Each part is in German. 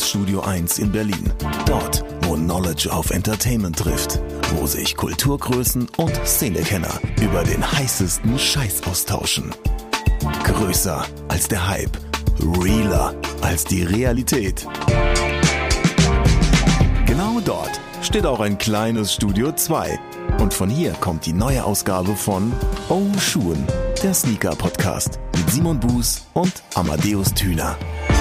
Studio 1 in Berlin. Dort, wo Knowledge auf Entertainment trifft. Wo sich Kulturgrößen und Szenekenner über den heißesten Scheiß austauschen. Größer als der Hype. Realer als die Realität. Genau dort steht auch ein kleines Studio 2. Und von hier kommt die neue Ausgabe von Oh Schuhen, der Sneaker-Podcast mit Simon Buß und Amadeus Thüner.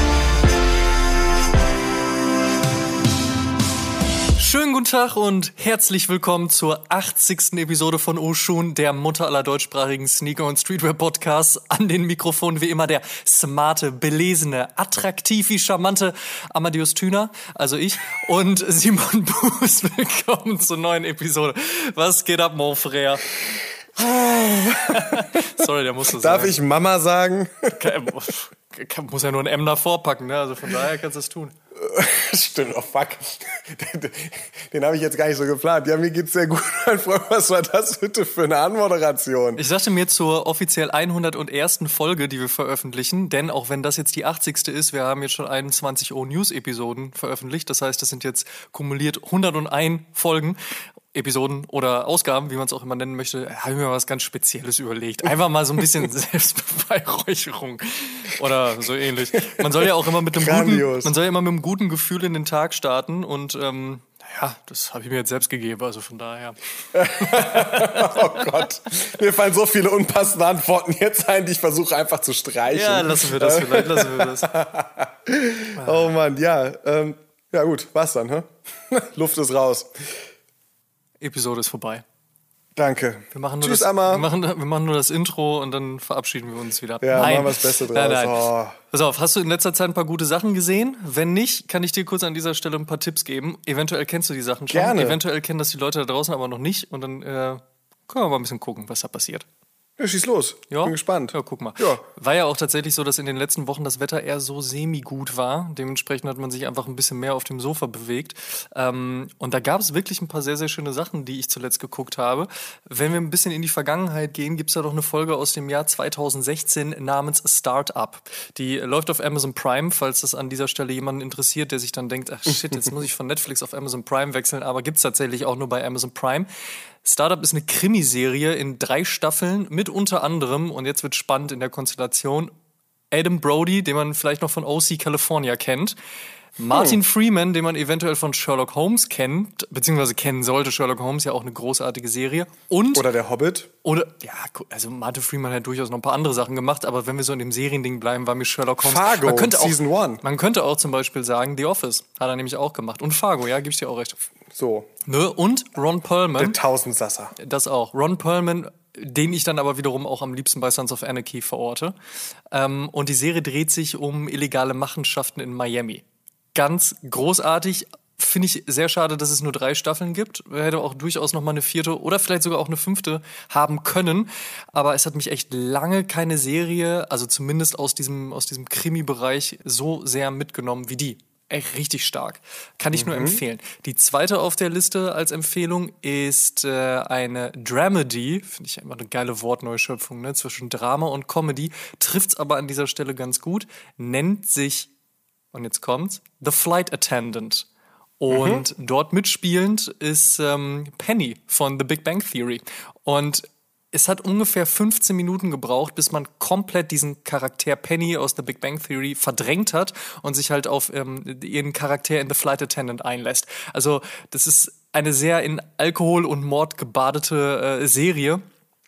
Schönen guten Tag und herzlich willkommen zur 80. Episode von Oh Schuhen, der Mutter aller deutschsprachigen Sneaker- und Streetwear-Podcasts. An den Mikrofonen wie immer der smarte, belesene, attraktiv wie charmante Amadeus Thüner, also ich, und Simon Buß. Willkommen zur neuen Episode. Was geht ab, mon frère? Sorry, der musste Darf ich Mama sagen? Muss ja nur ein M davor packen, ne? Also von daher kannst du es tun. Stimmt, oh fuck. Den habe ich jetzt gar nicht so geplant. Ja, mir geht's sehr gut, mein Freund. Was war das bitte für eine Anmoderation? Ich dachte mir zur offiziell 101. Folge, die wir veröffentlichen, denn auch wenn das jetzt die 80. ist, wir haben jetzt schon 21 O-News-Episoden veröffentlicht. Das heißt, das sind jetzt kumuliert 101 Folgen. Episoden oder Ausgaben, wie man es auch immer nennen möchte, habe ich mir was ganz Spezielles überlegt. Einfach mal so ein bisschen Selbstbeweihräucherung oder so ähnlich. Man soll ja auch immer mit einem guten Gefühl in den Tag starten und ja, das habe ich mir jetzt selbst gegeben, also von daher. Oh Gott, mir fallen so viele unpassende Antworten jetzt ein, die ich versuche einfach zu streichen. Ja, lassen wir das vielleicht, Oh Mann, ja. Ja gut, was dann, hä? Luft ist raus. Episode ist vorbei. Danke. Tschüss, Amma. Wir machen nur das Intro und dann verabschieden wir uns wieder. Ja, machen wir das Beste draus. Nein. Oh. Pass auf, hast du in letzter Zeit ein paar gute Sachen gesehen? Wenn nicht, kann ich dir kurz an dieser Stelle ein paar Tipps geben. Eventuell kennst du die Sachen schon. Gerne. Eventuell kennen das die Leute da draußen aber noch nicht. Und dann können wir mal ein bisschen gucken, was da passiert. Ja, schieß los. Ja? Bin gespannt. Ja, guck mal. Ja. War ja auch tatsächlich so, dass in den letzten Wochen das Wetter eher so semi-gut war. Dementsprechend hat man sich einfach ein bisschen mehr auf dem Sofa bewegt. Und da gab es wirklich ein paar sehr, sehr schöne Sachen, die ich zuletzt geguckt habe. Wenn wir ein bisschen in die Vergangenheit gehen, gibt es da doch eine Folge aus dem Jahr 2016 namens Startup. Die läuft auf Amazon Prime, falls das an dieser Stelle jemanden interessiert, der sich dann denkt, ach shit, jetzt muss ich von Netflix auf Amazon Prime wechseln. Aber gibt es tatsächlich auch nur bei Amazon Prime. Startup ist eine Krimiserie in 3 Staffeln mit unter anderem, und jetzt wird spannend in der Konstellation, Adam Brody, den man vielleicht noch von OC California kennt, Martin Freeman, den man eventuell von Sherlock Holmes kennt, beziehungsweise kennen sollte, Sherlock Holmes, ja auch eine großartige Serie. Oder der Hobbit. Also Martin Freeman hat durchaus noch ein paar andere Sachen gemacht, aber wenn wir so in dem Seriending bleiben, war mir Sherlock Holmes... Fargo, Season 1. Man könnte auch zum Beispiel sagen, The Office hat er nämlich auch gemacht. Und Fargo, ja, gebe ich dir auch recht. So. Ne? Und Ron Perlman. Der Tausendsasser. Das auch. Ron Perlman, den ich dann aber wiederum auch am liebsten bei Sons of Anarchy verorte. Und die Serie dreht sich um illegale Machenschaften in Miami. Ganz großartig. Finde ich sehr schade, dass es nur 3 Staffeln gibt. Hätte auch durchaus noch mal eine 4. oder vielleicht sogar auch eine 5. haben können. Aber es hat mich echt lange keine Serie, also zumindest aus diesem Krimi-Bereich, so sehr mitgenommen wie die. Echt richtig stark. Kann ich nur empfehlen. Die zweite auf der Liste als Empfehlung ist eine Dramedy. Finde ich immer eine geile Wortneuschöpfung, ne? Zwischen Drama und Comedy. Trifft's aber an dieser Stelle ganz gut. Nennt sich, und jetzt kommt's, The Flight Attendant. Und dort mitspielend ist Penny von The Big Bang Theory. Und es hat ungefähr 15 Minuten gebraucht, bis man komplett diesen Charakter Penny aus The Big Bang Theory verdrängt hat und sich halt auf ihren Charakter in The Flight Attendant einlässt. Also das ist eine sehr in Alkohol und Mord gebadete Serie.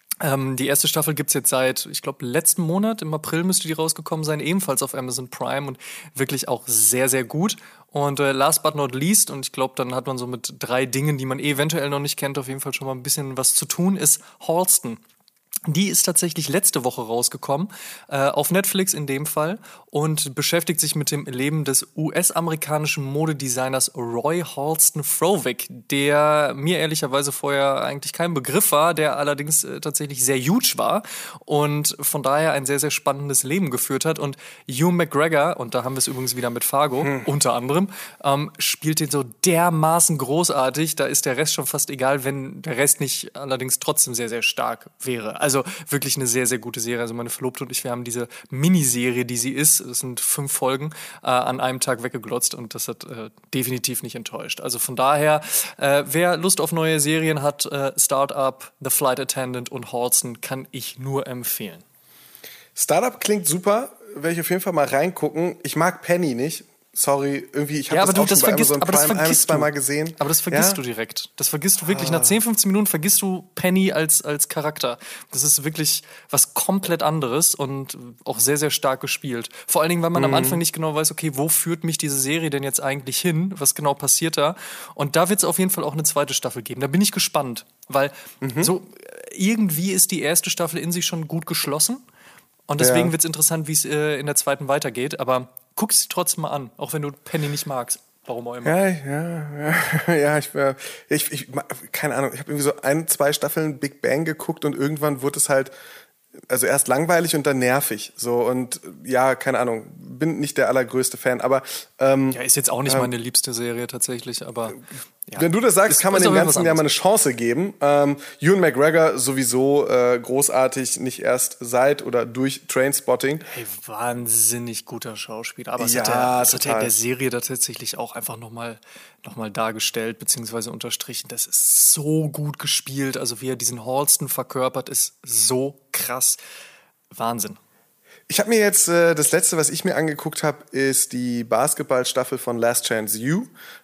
Die erste Staffel gibt's jetzt seit, ich glaube, letzten Monat, im April müsste die rausgekommen sein, ebenfalls auf Amazon Prime und wirklich auch sehr, sehr gut. Und last but not least, und ich glaube, dann hat man so mit 3 Dingen, die man eventuell noch nicht kennt, auf jeden Fall schon mal ein bisschen was zu tun, ist Halston. Die ist tatsächlich letzte Woche rausgekommen, auf Netflix in dem Fall, und beschäftigt sich mit dem Leben des US-amerikanischen Modedesigners Roy Halston Frowick, der mir ehrlicherweise vorher eigentlich kein Begriff war, der allerdings tatsächlich sehr huge war und von daher ein sehr, sehr spannendes Leben geführt hat. Und Ewan McGregor, und da haben wir es übrigens wieder mit Fargo, unter anderem, spielt den so dermaßen großartig, da ist der Rest schon fast egal, wenn der Rest nicht allerdings trotzdem sehr, sehr stark wäre. Also wirklich eine sehr, sehr gute Serie. Also meine Verlobte und ich, wir haben diese Miniserie, die sie ist, das sind 5 Folgen, an einem Tag weggeglotzt und das hat definitiv nicht enttäuscht. Also von daher, wer Lust auf neue Serien hat, Startup, The Flight Attendant und Halston kann ich nur empfehlen. Startup klingt super, werde ich auf jeden Fall mal reingucken. Ich mag Penny nicht. Sorry, irgendwie, ich habe das auch schon bei Amazon Prime ein, zweimal gesehen. Aber das vergisst du direkt. Das vergisst du wirklich. Nach 10, 15 Minuten vergisst du Penny als Charakter. Das ist wirklich was komplett anderes und auch sehr, sehr stark gespielt. Vor allen Dingen, weil man am Anfang nicht genau weiß, okay, wo führt mich diese Serie denn jetzt eigentlich hin? Was genau passiert da? Und da wird es auf jeden Fall auch eine zweite Staffel geben. Da bin ich gespannt. Weil so irgendwie ist die erste Staffel in sich schon gut geschlossen. Und deswegen wird es interessant, wie es in der zweiten weitergeht. Aber guck sie trotzdem mal an, auch wenn du Penny nicht magst. Warum auch immer. Ja, ich keine Ahnung. Ich habe irgendwie so 1, 2 Staffeln Big Bang geguckt und irgendwann wurde es halt, also erst langweilig und dann nervig. So und ja, keine Ahnung, bin nicht der allergrößte Fan, aber ist jetzt auch nicht meine liebste Serie tatsächlich, aber ja. Wenn du das sagst, kann man dem Ganzen ja mal eine Chance geben. Ewan McGregor sowieso großartig, nicht erst seit oder durch Trainspotting. Hey, wahnsinnig guter Schauspieler. Aber das ja, hat er in der Serie da tatsächlich auch einfach nochmal dargestellt, beziehungsweise unterstrichen. Das ist so gut gespielt. Also wie er diesen Halston verkörpert, ist so krass. Wahnsinn. Ich habe mir jetzt, das letzte, was ich mir angeguckt habe, ist die Basketballstaffel von Last Chance U.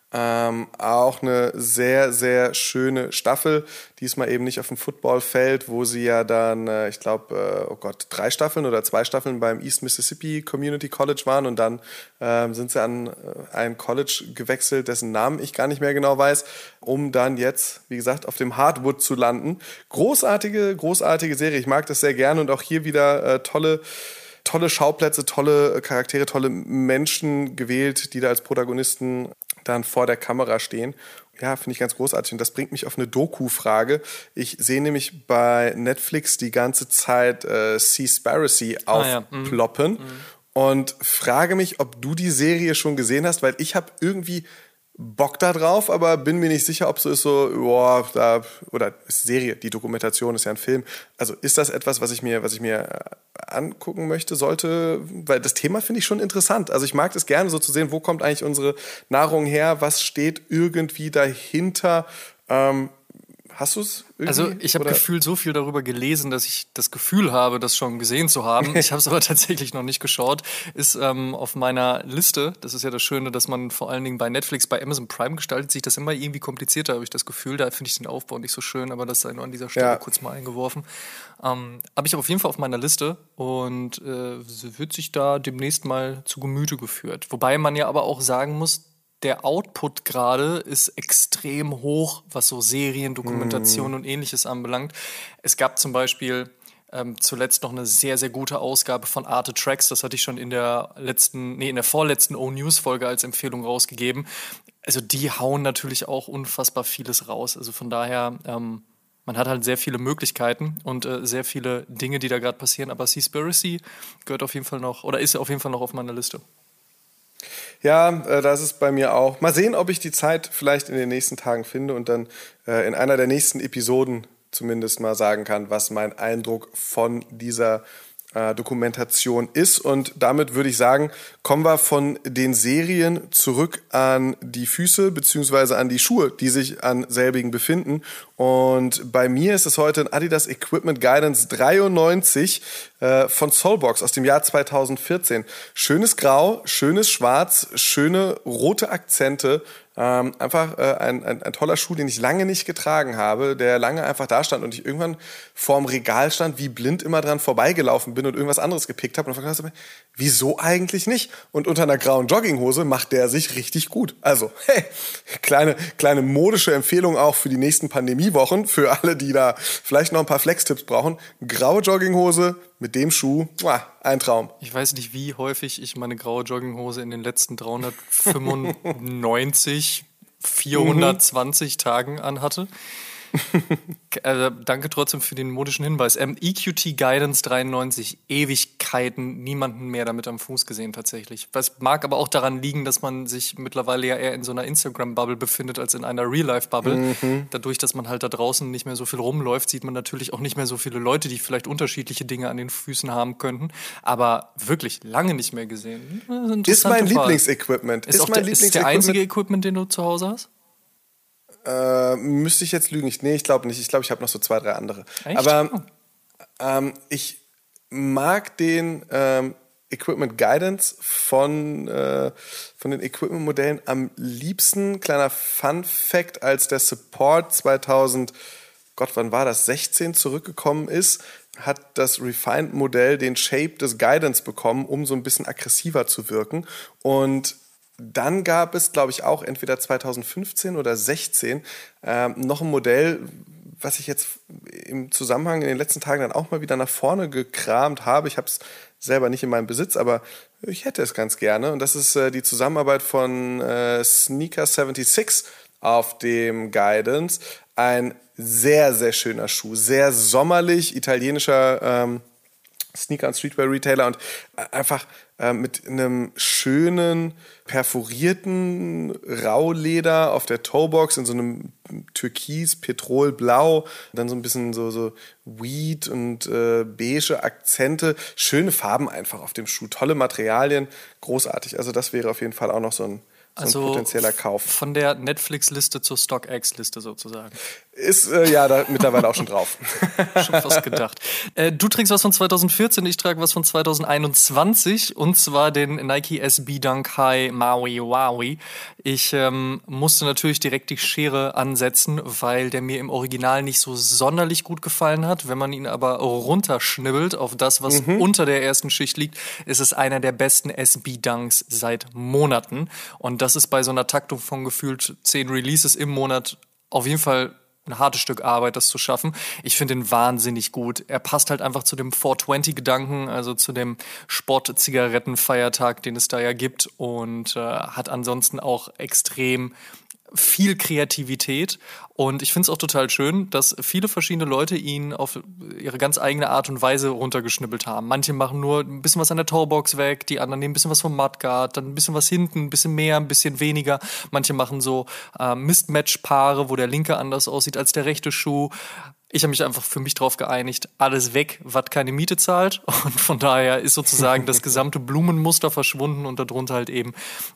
Auch eine sehr, sehr schöne Staffel. Diesmal eben nicht auf dem Footballfeld, wo sie ja dann, ich glaube, 3 Staffeln oder 2 Staffeln beim East Mississippi Community College waren und dann sind sie an ein College gewechselt, dessen Namen ich gar nicht mehr genau weiß, um dann jetzt, wie gesagt, auf dem Hardwood zu landen. Großartige Serie. Ich mag das sehr gerne und auch hier wieder tolle Schauplätze, tolle Charaktere, tolle Menschen gewählt, die da als Protagonisten dann vor der Kamera stehen. Ja, finde ich ganz großartig. Und das bringt mich auf eine Doku-Frage. Ich sehe nämlich bei Netflix die ganze Zeit Seaspiracy aufploppen und frage mich, ob du die Serie schon gesehen hast, weil ich habe irgendwie Bock da drauf, aber bin mir nicht sicher, ob so ist oder ist Serie, die Dokumentation ist ja ein Film. Also ist das etwas, was ich mir angucken sollte, weil das Thema finde ich schon interessant. Also ich mag es gerne so zu sehen, wo kommt eigentlich unsere Nahrung her, was steht irgendwie dahinter. Hast du es irgendwie? Also ich habe gefühlt so viel darüber gelesen, dass ich das Gefühl habe, das schon gesehen zu haben. Ich habe es aber tatsächlich noch nicht geschaut. Ist auf meiner Liste. Das ist ja das Schöne, dass man vor allen Dingen bei Netflix, bei Amazon Prime gestaltet sich das immer irgendwie komplizierter, habe ich das Gefühl. Da finde ich den Aufbau nicht so schön, aber das sei nur an dieser Stelle kurz mal eingeworfen. Habe ich aber auf jeden Fall auf meiner Liste und wird sich da demnächst mal zu Gemüte geführt. Wobei man ja aber auch sagen muss, der Output gerade ist extrem hoch, was so Serien, Dokumentation und Ähnliches anbelangt. Es gab zum Beispiel zuletzt noch eine sehr, sehr gute Ausgabe von Arte Tracks. Das hatte ich schon in der vorletzten O-News-Folge als Empfehlung rausgegeben. Also die hauen natürlich auch unfassbar vieles raus. Also von daher, man hat halt sehr viele Möglichkeiten und sehr viele Dinge, die da gerade passieren. Aber Seaspiracy gehört auf jeden Fall noch, oder ist auf jeden Fall noch auf meiner Liste. Ja, das ist bei mir auch. Mal sehen, ob ich die Zeit vielleicht in den nächsten Tagen finde und dann in einer der nächsten Episoden zumindest mal sagen kann, was mein Eindruck von dieser Dokumentation ist. Und damit würde ich sagen, kommen wir von den Serien zurück an die Füße beziehungsweise an die Schuhe, die sich an selbigen befinden. Und bei mir ist es heute ein Adidas Equipment Guidance 93 von Solbox aus dem Jahr 2014. Schönes Grau, schönes Schwarz, schöne rote Akzente. Einfach ein toller Schuh, den ich lange nicht getragen habe, der lange einfach da stand und ich irgendwann vorm Regal stand, wie blind immer dran vorbeigelaufen bin und irgendwas anderes gepickt habe und dann dachte ich mir, wieso eigentlich nicht? Und unter einer grauen Jogginghose macht der sich richtig gut. Also, hey, kleine modische Empfehlung auch für die nächsten Pandemiewochen, für alle, die da vielleicht noch ein paar Flex-Tipps brauchen. Graue Jogginghose mit dem Schuh, ein Traum. Ich weiß nicht, wie häufig ich meine graue Jogginghose in den letzten 395, 420 Tagen anhatte. Danke trotzdem für den modischen Hinweis. EQT Guidance 93, Ewigkeiten, niemanden mehr damit am Fuß gesehen tatsächlich. Das mag aber auch daran liegen, dass man sich mittlerweile ja eher in so einer Instagram-Bubble befindet als in einer Real-Life-Bubble. Dadurch, dass man halt da draußen nicht mehr so viel rumläuft, sieht man natürlich auch nicht mehr so viele Leute, die vielleicht unterschiedliche Dinge an den Füßen haben könnten. Aber wirklich lange nicht mehr gesehen. Ist mein Lieblingsequipment. Ist der einzige Equipment, den du zu Hause hast? Müsste ich jetzt lügen? Nee, ich glaube nicht. Ich glaube, ich habe noch so 2, 3 andere. Echt? Aber ich mag den Equipment Guidance von den Equipment-Modellen am liebsten, kleiner Fun-Fact, als der Support 2016 zurückgekommen ist, hat das Refined-Modell den Shape des Guidance bekommen, um so ein bisschen aggressiver zu wirken. Und dann gab es, glaube ich, auch entweder 2015 oder 2016 noch ein Modell, was ich jetzt im Zusammenhang in den letzten Tagen dann auch mal wieder nach vorne gekramt habe. Ich habe es selber nicht in meinem Besitz, aber ich hätte es ganz gerne. Und das ist die Zusammenarbeit von Sneaker 76 auf dem Guidance. Ein sehr, sehr schöner Schuh, sehr sommerlich, italienischer Sneaker- und Streetwear-Retailer und einfach mit einem schönen, perforierten Rauleder auf der Toebox in so einem Türkis, Petrolblau, dann so ein bisschen so Weed und beige Akzente, schöne Farben einfach auf dem Schuh, tolle Materialien, großartig. Also das wäre auf jeden Fall auch noch so ein potenzieller Kauf. Von der Netflix-Liste zur StockX-Liste sozusagen. Ist da mittlerweile auch schon drauf. Schon fast gedacht. Du trägst was von 2014, ich trage was von 2021 und zwar den Nike SB Dunk High Maui Wowie. Ich musste natürlich direkt die Schere ansetzen, weil der mir im Original nicht so sonderlich gut gefallen hat. Wenn man ihn aber runterschnibbelt auf das, was unter der ersten Schicht liegt, ist es einer der besten SB Dunks seit Monaten. Und das ist bei so einer Taktung von gefühlt 10 Releases im Monat auf jeden Fall ein hartes Stück Arbeit, das zu schaffen. Ich finde ihn wahnsinnig gut. Er passt halt einfach zu dem 420-Gedanken, also zu dem Sport-Zigaretten-Feiertag, den es da ja gibt und hat ansonsten auch extrem viel Kreativität und ich finde es auch total schön, dass viele verschiedene Leute ihn auf ihre ganz eigene Art und Weise runtergeschnibbelt haben. Manche machen nur ein bisschen was an der Toebox weg, die anderen nehmen ein bisschen was vom Mudguard, dann ein bisschen was hinten, ein bisschen mehr, ein bisschen weniger. Manche machen so Mismatch-Paare, wo der linke anders aussieht als der rechte Schuh. Ich habe mich einfach für mich drauf geeinigt, alles weg, was keine Miete zahlt. Und von daher ist sozusagen das gesamte Blumenmuster verschwunden und darunter halt eben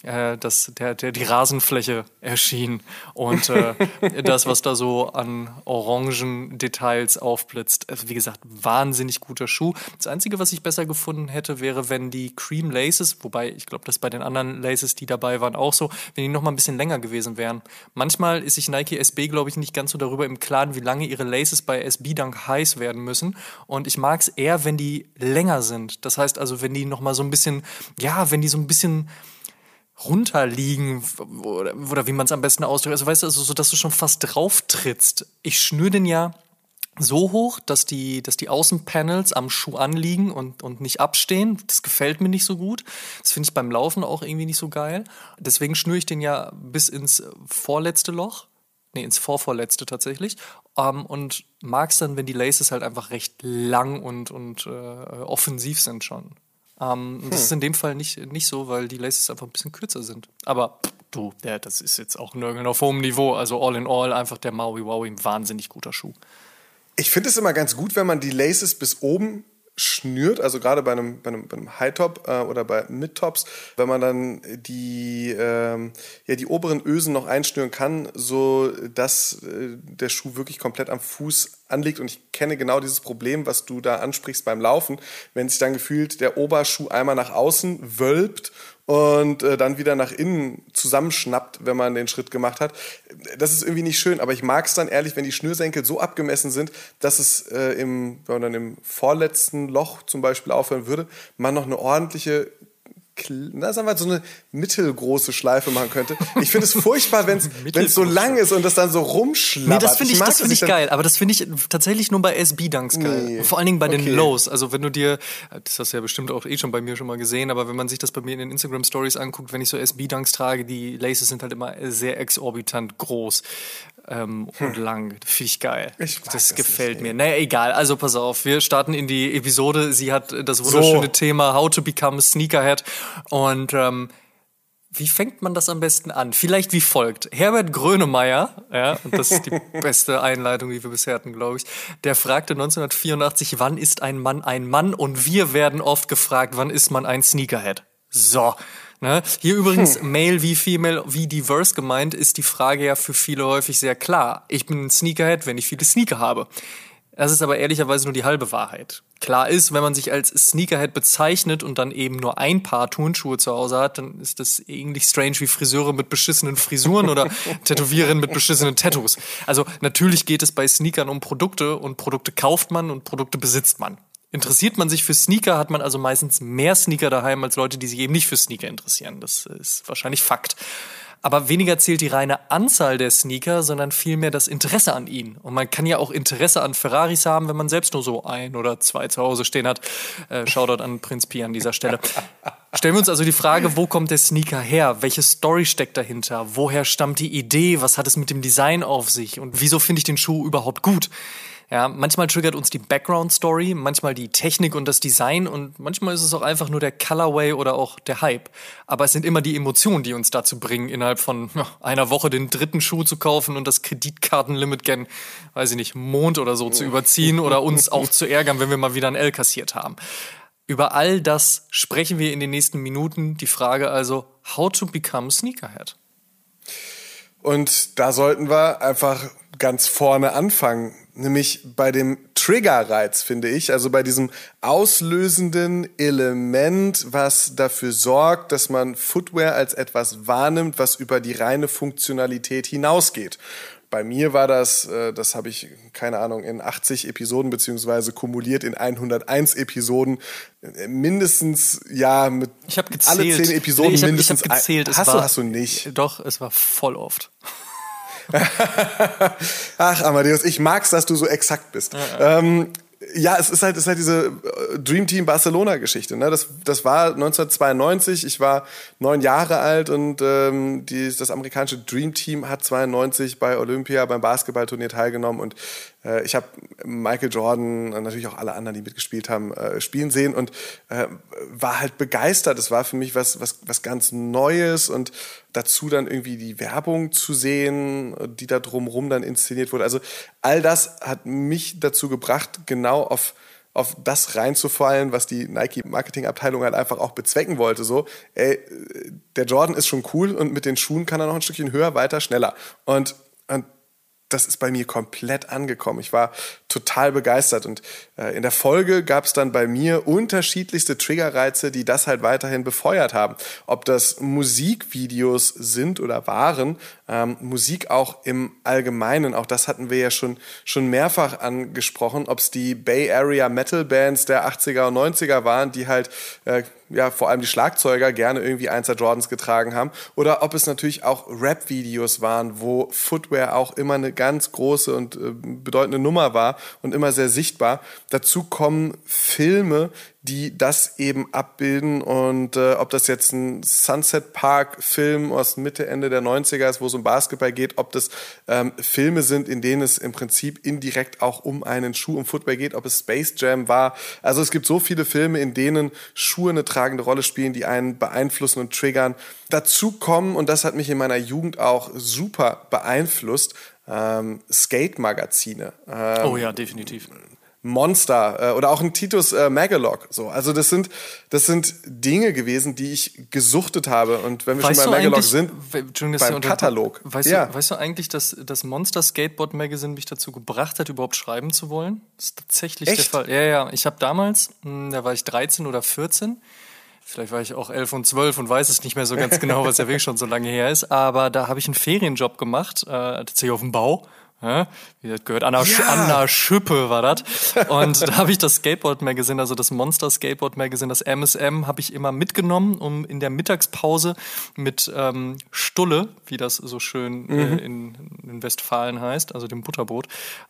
die Rasenfläche erschien. Und das, was da so an orangen Details aufblitzt. Also wie gesagt, wahnsinnig guter Schuh. Das Einzige, was ich besser gefunden hätte, wäre, wenn die Cream Laces, wobei ich glaube, das bei den anderen Laces, die dabei waren, auch so, wenn die noch mal ein bisschen länger gewesen wären. Manchmal ist sich Nike SB, glaube ich, nicht ganz so darüber im Klaren, wie lange ihre Laces bei SB Dunk heiß werden müssen. Und ich mag es eher, wenn die länger sind. Das heißt also, wenn die noch mal so ein bisschen, wenn die so ein bisschen runterliegen oder wie man es am besten ausdrückt. Also weißt du, also so, dass du schon fast drauf trittst. Ich schnüre den ja so hoch, dass die Außenpanels am Schuh anliegen und nicht abstehen. Das gefällt mir nicht so gut. Das finde ich beim Laufen auch irgendwie nicht so geil. Deswegen schnüre ich den ja bis ins vorletzte Loch. Ins vorvorletzte tatsächlich. Und mag es dann, wenn die Laces halt einfach recht lang und offensiv sind schon. Das ist in dem Fall nicht so, weil die Laces einfach ein bisschen kürzer sind. Aber das ist jetzt auch nirgends auf hohem Niveau. Also all in all einfach der Maui Wowie, ein wahnsinnig guter Schuh. Ich finde es immer ganz gut, wenn man die Laces bis oben schnürt, also gerade bei einem High-Top oder bei Mid-Tops, wenn man dann die oberen Ösen noch einschnüren kann, so dass der Schuh wirklich komplett am Fuß anliegt. Und ich kenne genau dieses Problem, was du da ansprichst beim Laufen, wenn sich dann gefühlt der Oberschuh einmal nach außen wölbt und dann wieder nach innen zusammenschnappt, wenn man den Schritt gemacht hat. Das ist irgendwie nicht schön, aber ich mag es dann ehrlich, wenn die Schnürsenkel so abgemessen sind, dass es, wenn man dann im vorletzten Loch zum Beispiel aufhören würde, man noch eine ordentliche sagen wir, so eine mittelgroße Schleife machen könnte. Ich finde es furchtbar, wenn es so lang ist und das dann so rumschlabbert. Nee, das finde ich geil. Aber das finde ich tatsächlich nur bei SB-Dunks geil. Nee. Vor allen Dingen bei den Lows. Also wenn du dir, das hast du ja bestimmt auch schon bei mir schon mal gesehen, aber wenn man sich das bei mir in den Instagram-Stories anguckt, wenn ich so SB-Dunks trage, die Laces sind halt immer sehr exorbitant groß. Und lang. Finde ich geil. Das gefällt mir. Naja, egal. Also pass auf, wir starten in die Episode. Sie hat das wunderschöne Thema How to Become a Sneakerhead. Und wie fängt man das am besten an? Vielleicht wie folgt. Herbert Grönemeyer, ja, und das ist die beste Einleitung, die wir bisher hatten, glaube ich, der fragte 1984, wann ist ein Mann ein Mann? Und wir werden oft gefragt, wann ist man ein Sneakerhead? So. Ne? Hier übrigens Male wie Female wie Diverse gemeint, ist die Frage ja für viele häufig sehr klar. Ich bin ein Sneakerhead, wenn ich viele Sneaker habe. Das ist aber ehrlicherweise nur die halbe Wahrheit. Klar ist, wenn man sich als Sneakerhead bezeichnet und dann eben nur ein Paar Turnschuhe zu Hause hat, dann ist das ähnlich strange wie Friseure mit beschissenen Frisuren oder Tätowierer mit beschissenen Tattoos. Also natürlich geht es bei Sneakern um Produkte und Produkte kauft man und Produkte besitzt man. Interessiert man sich für Sneaker, hat man also meistens mehr Sneaker daheim als Leute, die sich eben nicht für Sneaker interessieren. Das ist wahrscheinlich Fakt. Aber weniger zählt die reine Anzahl der Sneaker, sondern vielmehr das Interesse an ihnen. Und man kann ja auch Interesse an Ferraris haben, wenn man selbst nur so ein oder zwei zu Hause stehen hat. Shoutout an Prinz Pi an dieser Stelle. Stellen wir uns also die Frage, wo kommt der Sneaker her? Welche Story steckt dahinter? Woher stammt die Idee? Was hat es mit dem Design auf sich? Und wieso finde ich den Schuh überhaupt gut? Ja, manchmal triggert uns die Background-Story, manchmal die Technik und das Design und manchmal ist es auch einfach nur der Colorway oder auch der Hype. Aber es sind immer die Emotionen, die uns dazu bringen, innerhalb von einer Woche den 3. Schuh zu kaufen und das Kreditkartenlimit gen, weiß ich nicht, Mond oder so zu überziehen oder uns auch zu ärgern, wenn wir mal wieder ein L kassiert haben. Über all das sprechen wir in den nächsten Minuten. Die Frage also, how to become a Sneakerhead? Und da sollten wir einfach ganz vorne anfangen, nämlich bei dem Triggerreiz, finde ich, also bei diesem auslösenden Element, was dafür sorgt, dass man Footwear als etwas wahrnimmt, was über die reine Funktionalität hinausgeht. Bei mir war das habe ich, keine Ahnung, in 80 Episoden beziehungsweise kumuliert in 101 Episoden mindestens, ja, mit ich hab gezählt. Alle 10 Episoden mindestens. Ich habe gezählt. Hast du nicht? Doch, es war voll oft. Ach, Amadeus, ich mag's, dass du so exakt bist. Ja, es ist halt diese Dream Team Barcelona-Geschichte. Ne? Das war 1992, ich war 9 Jahre alt und das amerikanische Dream Team hat 92 bei Olympia beim Basketballturnier teilgenommen und ich habe Michael Jordan und natürlich auch alle anderen, die mitgespielt haben, spielen sehen und war halt begeistert. Es war für mich was ganz Neues und dazu dann irgendwie die Werbung zu sehen, die da drumherum dann inszeniert wurde. Also all das hat mich dazu gebracht, genau auf das reinzufallen, was die Nike-Marketing-Abteilung halt einfach auch bezwecken wollte. So, ey, der Jordan ist schon cool und mit den Schuhen kann er noch ein Stückchen höher, weiter, schneller. Und das ist bei mir komplett angekommen. Ich war total begeistert und in der Folge gab es dann bei mir unterschiedlichste Triggerreize, die das halt weiterhin befeuert haben. Ob das Musikvideos sind oder waren, Musik auch im Allgemeinen, auch das hatten wir ja schon mehrfach angesprochen, ob es die Bay Area Metal Bands der 80er und 90er waren, die halt vor allem die Schlagzeuger gerne irgendwie eins der Jordans getragen haben, oder ob es natürlich auch Rap-Videos waren, wo Footwear auch immer eine ganz große und bedeutende Nummer war und immer sehr sichtbar. Dazu kommen Filme, die das eben abbilden und ob das jetzt ein Sunset Park Film aus Mitte, Ende der 90er ist, wo es um Basketball geht, ob das Filme sind, in denen es im Prinzip indirekt auch um einen Schuh, um Footwear geht, ob es Space Jam war. Also es gibt so viele Filme, in denen Schuhe eine tragende Rolle spielen, die einen beeinflussen und triggern. Dazu kommen, und das hat mich in meiner Jugend auch super beeinflusst, Skate-Magazine. Oh ja, definitiv. Monster oder auch ein Titus Magalog. So. Also das sind Dinge gewesen, die ich gesuchtet habe. Und wenn wir schon bei Magalog sind, beim Katalog. Weißt du eigentlich, dass das Monster Skateboard Magazine mich dazu gebracht hat, überhaupt schreiben zu wollen? Das ist tatsächlich der Fall. Ja. Ich habe damals, da war ich 13 oder 14, vielleicht war ich auch 11 und 12 und weiß es nicht mehr so ganz genau, was ja wirklich schon so lange her ist. Aber da habe ich einen Ferienjob gemacht, tatsächlich auf dem Bau. Wie das gehört, an der Schippe war das. Und da habe ich das Skateboard-Magazin, also das Monster-Skateboard-Magazin, das MSM, habe ich immer mitgenommen, um in der Mittagspause mit Stulle, wie das so schön in Westfalen heißt, also dem Butterbrot,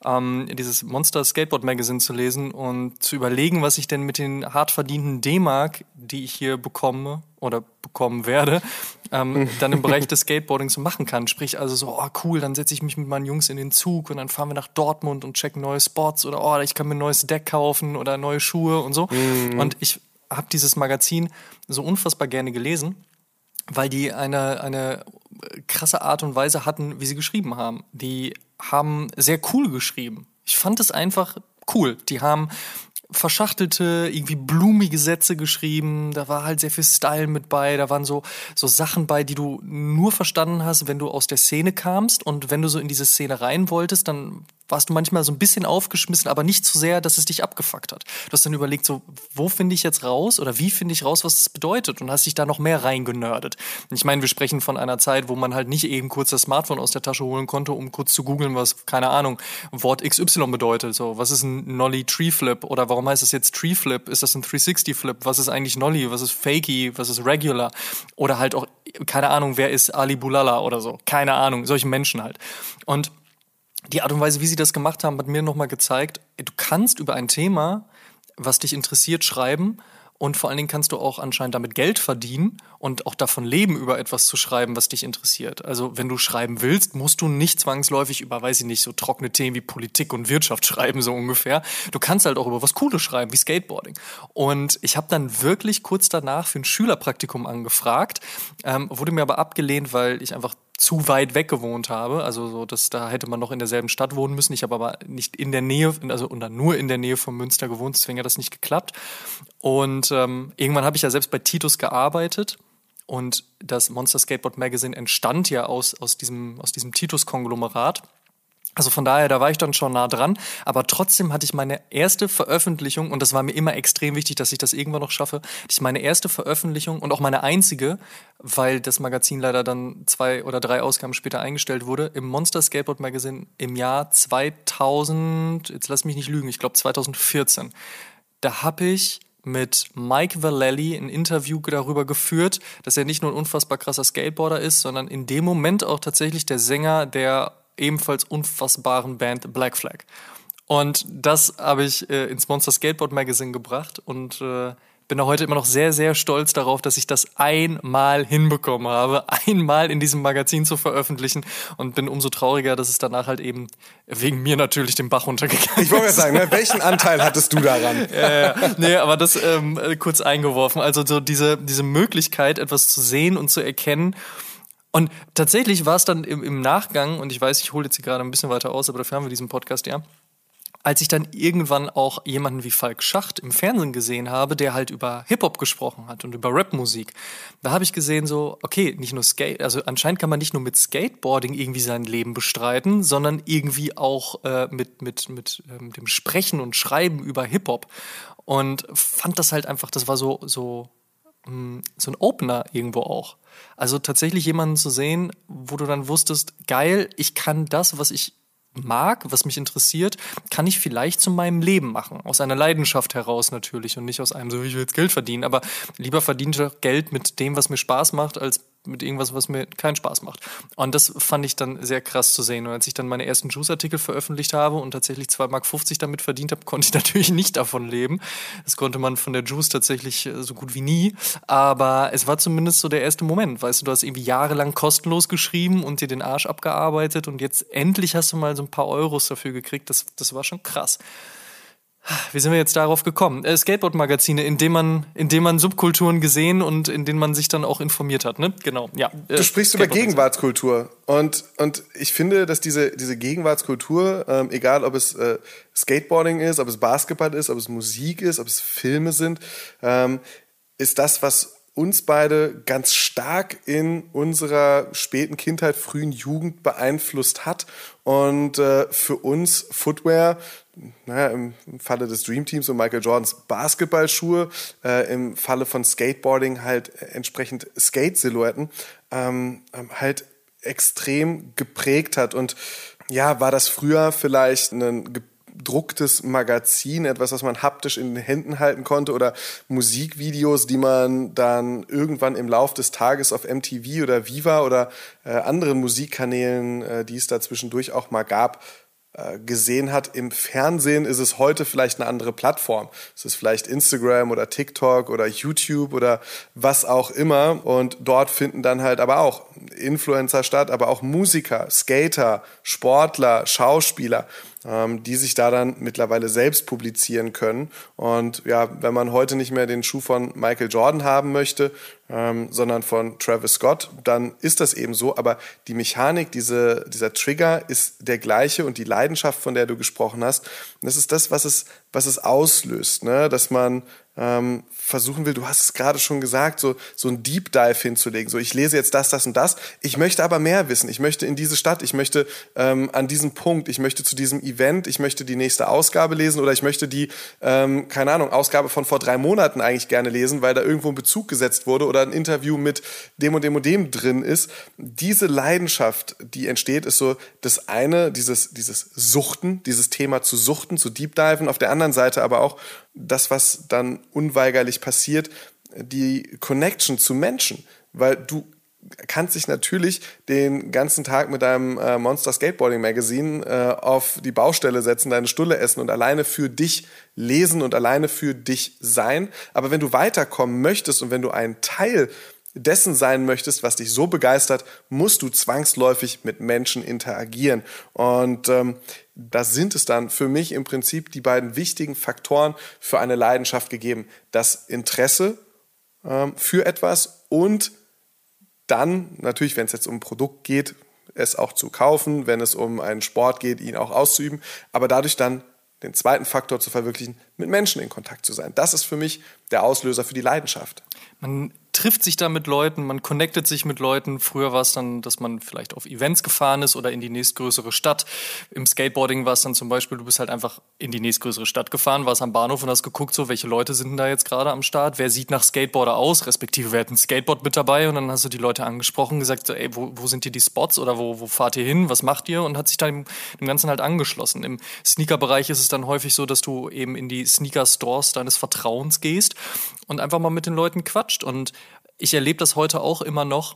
dieses Monster-Skateboard-Magazin zu lesen und zu überlegen, was ich denn mit den hart verdienten D-Mark, die ich hier bekomme oder bekommen werde, dann im Bereich des Skateboardings so machen kann. Sprich also so, oh cool, dann setze ich mich mit meinen Jungs in den Zug und dann fahren wir nach Dortmund und checken neue Spots oder oh, ich kann mir ein neues Deck kaufen oder neue Schuhe und so. Und ich habe dieses Magazin so unfassbar gerne gelesen, weil die eine krasse Art und Weise hatten, wie sie geschrieben haben. Die haben sehr cool geschrieben. Ich fand es einfach cool. Die haben verschachtelte, irgendwie blumige Sätze geschrieben, da war halt sehr viel Style mit bei, da waren so Sachen bei, die du nur verstanden hast, wenn du aus der Szene kamst, und wenn du so in diese Szene rein wolltest, dann warst du manchmal so ein bisschen aufgeschmissen, aber nicht so sehr, dass es dich abgefuckt hat. Du hast dann überlegt, so, wo finde ich jetzt raus oder wie finde ich raus, was das bedeutet, und hast dich da noch mehr reingenördet. Ich meine, wir sprechen von einer Zeit, wo man halt nicht eben kurz das Smartphone aus der Tasche holen konnte, um kurz zu googeln, was, keine Ahnung, Wort XY bedeutet. So, was ist ein Nollie Tree Flip oder warum heißt es jetzt Tree Flip? Ist das ein 360 Flip? Was ist eigentlich Nollie? Was ist Fakey? Was ist Regular? Oder halt auch, keine Ahnung, wer ist Ali Boulala oder so? Keine Ahnung, solche Menschen halt. Und die Art und Weise, wie sie das gemacht haben, hat mir nochmal gezeigt, du kannst über ein Thema, was dich interessiert, schreiben, und vor allen Dingen kannst du auch anscheinend damit Geld verdienen und auch davon leben, über etwas zu schreiben, was dich interessiert. Also wenn du schreiben willst, musst du nicht zwangsläufig über, weiß ich nicht, so trockene Themen wie Politik und Wirtschaft schreiben, so ungefähr. Du kannst halt auch über was Cooles schreiben, wie Skateboarding. Und ich habe dann wirklich kurz danach für ein Schülerpraktikum angefragt, wurde mir aber abgelehnt, weil ich einfach zu weit weg gewohnt habe, also so, da hätte man noch in derselben Stadt wohnen müssen. Ich habe aber nicht in der Nähe, also oder nur in der Nähe von Münster gewohnt, deswegen hat das nicht geklappt. Und irgendwann habe ich ja selbst bei Titus gearbeitet, und das Monster Skateboard Magazine entstand ja aus diesem Titus-Konglomerat. Also von daher, da war ich dann schon nah dran, aber trotzdem hatte ich meine erste Veröffentlichung, und das war mir immer extrem wichtig, dass ich das irgendwann noch schaffe, ich meine erste Veröffentlichung und auch meine einzige, weil das Magazin leider dann 2 oder 3 Ausgaben später eingestellt wurde, im Monster Skateboard Magazine im Jahr 2000, jetzt lass mich nicht lügen, ich glaube 2014. Da habe ich mit Mike Vallely ein Interview darüber geführt, dass er nicht nur ein unfassbar krasser Skateboarder ist, sondern in dem Moment auch tatsächlich der Sänger der ebenfalls unfassbaren Band Black Flag. Und das habe ich ins Monster Skateboard Magazine gebracht und bin da heute immer noch sehr, sehr stolz darauf, dass ich das einmal hinbekommen habe, einmal in diesem Magazin zu veröffentlichen, und bin umso trauriger, dass es danach halt eben wegen mir natürlich den Bach runtergegangen ist. Ich wollte sagen, ne, welchen Anteil hattest du daran? Nee, aber das kurz eingeworfen. Also so diese Möglichkeit, etwas zu sehen und zu erkennen. Und tatsächlich war es dann im Nachgang, und ich weiß, ich hole jetzt hier gerade ein bisschen weiter aus, aber dafür haben wir diesen Podcast, ja, als ich dann irgendwann auch jemanden wie Falk Schacht im Fernsehen gesehen habe, der halt über Hip-Hop gesprochen hat und über Rapmusik, da habe ich gesehen so, okay, nicht nur also anscheinend kann man nicht nur mit Skateboarding irgendwie sein Leben bestreiten, sondern irgendwie auch mit dem Sprechen und Schreiben über Hip-Hop, und fand das halt einfach, das war so ein Opener irgendwo auch. Also tatsächlich jemanden zu sehen, wo du dann wusstest, geil, ich kann das, was ich mag, was mich interessiert, kann ich vielleicht zu meinem Leben machen. Aus einer Leidenschaft heraus natürlich und nicht aus einem so, ich will jetzt Geld verdienen, aber lieber verdiene ich Geld mit dem, was mir Spaß macht, als mit irgendwas, was mir keinen Spaß macht. Und das fand ich dann sehr krass zu sehen. Und als ich dann meine ersten Juice-Artikel veröffentlicht habe und tatsächlich 2,50 Mark damit verdient habe, konnte ich natürlich nicht davon leben. Das konnte man von der Juice tatsächlich so gut wie nie. Aber es war zumindest so der erste Moment. Weißt du, du hast irgendwie jahrelang kostenlos geschrieben und dir den Arsch abgearbeitet, und jetzt endlich hast du mal so ein paar Euros dafür gekriegt. Das war schon krass. Wie sind wir jetzt darauf gekommen? Skateboard-Magazine, in denen man Subkulturen gesehen und in denen man sich dann auch informiert hat, ne? Genau, ja. Du sprichst über Gegenwartskultur. Und ich finde, dass diese Gegenwartskultur, egal ob es Skateboarding ist, ob es Basketball ist, ob es Musik ist, ob es Filme sind, ist das, was uns beide ganz stark in unserer späten Kindheit, frühen Jugend beeinflusst hat. Und für uns Footwear, im Falle des Dream Teams und Michael Jordans Basketballschuhe, im Falle von Skateboarding halt entsprechend Skate-Silhouetten, halt extrem geprägt hat. Und ja, war das früher vielleicht ein gedrucktes Magazin, etwas, was man haptisch in den Händen halten konnte, oder Musikvideos, die man dann irgendwann im Lauf des Tages auf MTV oder Viva oder anderen Musikkanälen, die es da zwischendurch auch mal gab, gesehen hat. Im Fernsehen ist es heute vielleicht eine andere Plattform. Es ist vielleicht Instagram oder TikTok oder YouTube oder was auch immer. Und dort finden dann halt aber auch Influencer statt, aber auch Musiker, Skater, Sportler, Schauspieler, die sich da dann mittlerweile selbst publizieren können. Und ja, wenn man heute nicht mehr den Schuh von Michael Jordan haben möchte, sondern von Travis Scott, dann ist das eben so. Aber die Mechanik, dieser Trigger ist der gleiche, und die Leidenschaft, von der du gesprochen hast, das ist das, was es auslöst, ne? Dass man versuchen will, du hast es gerade schon gesagt, so ein Deep Dive hinzulegen. So, ich lese jetzt das und das. Ich möchte aber mehr wissen. Ich möchte in diese Stadt. Ich möchte an diesen Punkt. Ich möchte zu diesem Event. Ich möchte die nächste Ausgabe lesen, oder ich möchte die, keine Ahnung, Ausgabe von vor 3 Monaten eigentlich gerne lesen, weil da irgendwo ein Bezug gesetzt wurde oder ein Interview mit dem und dem und dem drin ist. Diese Leidenschaft, die entsteht, ist so das eine, dieses Suchten, dieses Thema zu suchten, zu Deep Diven. Auf der anderen Seite aber auch das, was dann unweigerlich passiert, die Connection zu Menschen. Weil du kannst dich natürlich den ganzen Tag mit deinem Monster Skateboarding Magazine auf die Baustelle setzen, deine Stulle essen und alleine für dich lesen und alleine für dich sein. Aber wenn du weiterkommen möchtest und wenn du ein Teil dessen sein möchtest, was dich so begeistert, musst du zwangsläufig mit Menschen interagieren. Und da sind es dann für mich im Prinzip die beiden wichtigen Faktoren für eine Leidenschaft gegeben. Das Interesse für etwas und dann natürlich, wenn es jetzt um ein Produkt geht, es auch zu kaufen, wenn es um einen Sport geht, ihn auch auszuüben, aber dadurch dann den zweiten Faktor zu verwirklichen, mit Menschen in Kontakt zu sein. Das ist für mich der Auslöser für die Leidenschaft. Man trifft sich da mit Leuten, man connectet sich mit Leuten. Früher war es dann, dass man vielleicht auf Events gefahren ist oder in die nächstgrößere Stadt. Im Skateboarding war es dann zum Beispiel, du bist halt einfach in die nächstgrößere Stadt gefahren, warst am Bahnhof und hast geguckt, so welche Leute sind denn da jetzt gerade am Start, wer sieht nach Skateboarder aus, respektive wer hat ein Skateboard mit dabei, und dann hast du die Leute angesprochen, gesagt, so, ey, wo sind hier die Spots oder wo fahrt ihr hin, was macht ihr, und hat sich dann dem Ganzen halt angeschlossen. Im Sneaker-Bereich ist es dann häufig so, dass du eben in die Sneaker-Stores deines Vertrauens gehst und einfach mal mit den Leuten quatscht. Und ich erlebe das heute auch immer noch.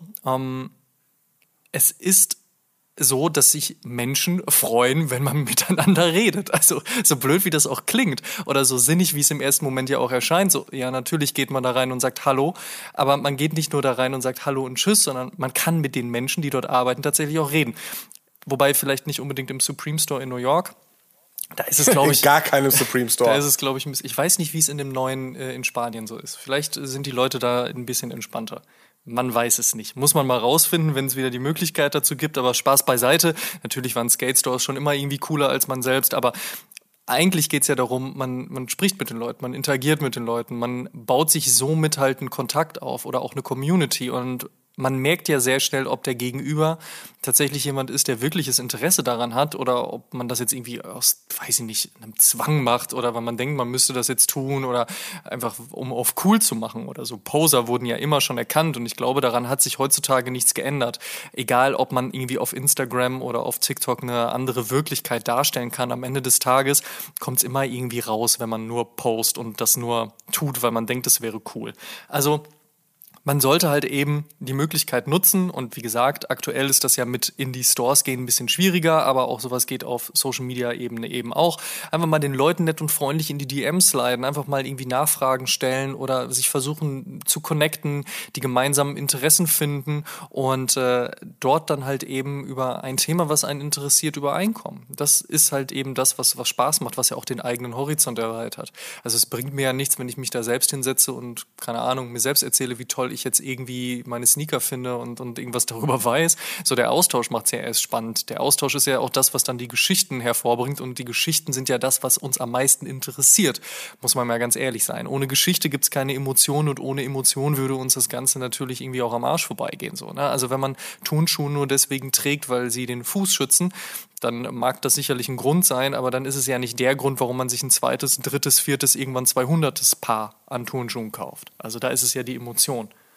Es ist so, dass sich Menschen freuen, wenn man miteinander redet. Also so blöd, wie das auch klingt oder so sinnig, wie es im ersten Moment ja auch erscheint. So, ja, natürlich geht man da rein und sagt Hallo, aber man geht nicht nur da rein und sagt Hallo und Tschüss, sondern man kann mit den Menschen, die dort arbeiten, tatsächlich auch reden. Wobei vielleicht nicht unbedingt im Supreme Store in New York. Da ist es, glaube ich, gar keinem Supreme Store. Da ist es, glaube ich, ich weiß nicht, wie es in dem neuen in Spanien so ist. Vielleicht sind die Leute da ein bisschen entspannter. Man weiß es nicht. Muss man mal rausfinden, wenn es wieder die Möglichkeit dazu gibt. Aber Spaß beiseite. Natürlich waren Skate Stores schon immer irgendwie cooler als man selbst. Aber eigentlich geht's ja darum, man spricht mit den Leuten, man interagiert mit den Leuten. Man baut sich somit halt einen Kontakt auf oder auch eine Community. Und man merkt ja sehr schnell, ob der Gegenüber tatsächlich jemand ist, der wirkliches Interesse daran hat, oder ob man das jetzt irgendwie aus, weiß ich nicht, einem Zwang macht oder weil man denkt, man müsste das jetzt tun oder einfach um auf cool zu machen oder so. Poser wurden ja immer schon erkannt, und ich glaube, daran hat sich heutzutage nichts geändert. Egal, ob man irgendwie auf Instagram oder auf TikTok eine andere Wirklichkeit darstellen kann, am Ende des Tages kommt es immer irgendwie raus, wenn man nur post und das nur tut, weil man denkt, es wäre cool. Also man sollte halt eben die Möglichkeit nutzen, und wie gesagt, aktuell ist das ja mit in die Stores gehen ein bisschen schwieriger, aber auch sowas geht auf Social-Media-Ebene eben auch. Einfach mal den Leuten nett und freundlich in die DMs sliden, einfach mal irgendwie Nachfragen stellen oder sich versuchen zu connecten, die gemeinsamen Interessen finden und dort dann halt eben über ein Thema, was einen interessiert, übereinkommen. Das ist halt eben das, was Spaß macht, was ja auch den eigenen Horizont erweitert. Also es bringt mir ja nichts, wenn ich mich da selbst hinsetze und, keine Ahnung, mir selbst erzähle, wie toll ich jetzt irgendwie meine Sneaker finde und irgendwas darüber weiß. So, der Austausch macht es ja erst spannend. Der Austausch ist ja auch das, was dann die Geschichten hervorbringt, und die Geschichten sind ja das, was uns am meisten interessiert, muss man mal ganz ehrlich sein. Ohne Geschichte gibt es keine Emotionen, und ohne Emotionen würde uns das Ganze natürlich irgendwie auch am Arsch vorbeigehen. So, ne? Also wenn man Turnschuhe nur deswegen trägt, weil sie den Fuß schützen, dann mag das sicherlich ein Grund sein, aber dann ist es ja nicht der Grund, warum man sich ein zweites, drittes, viertes, irgendwann 200. Paar an Turnschuhen kauft. Also da ist es ja die Emotion.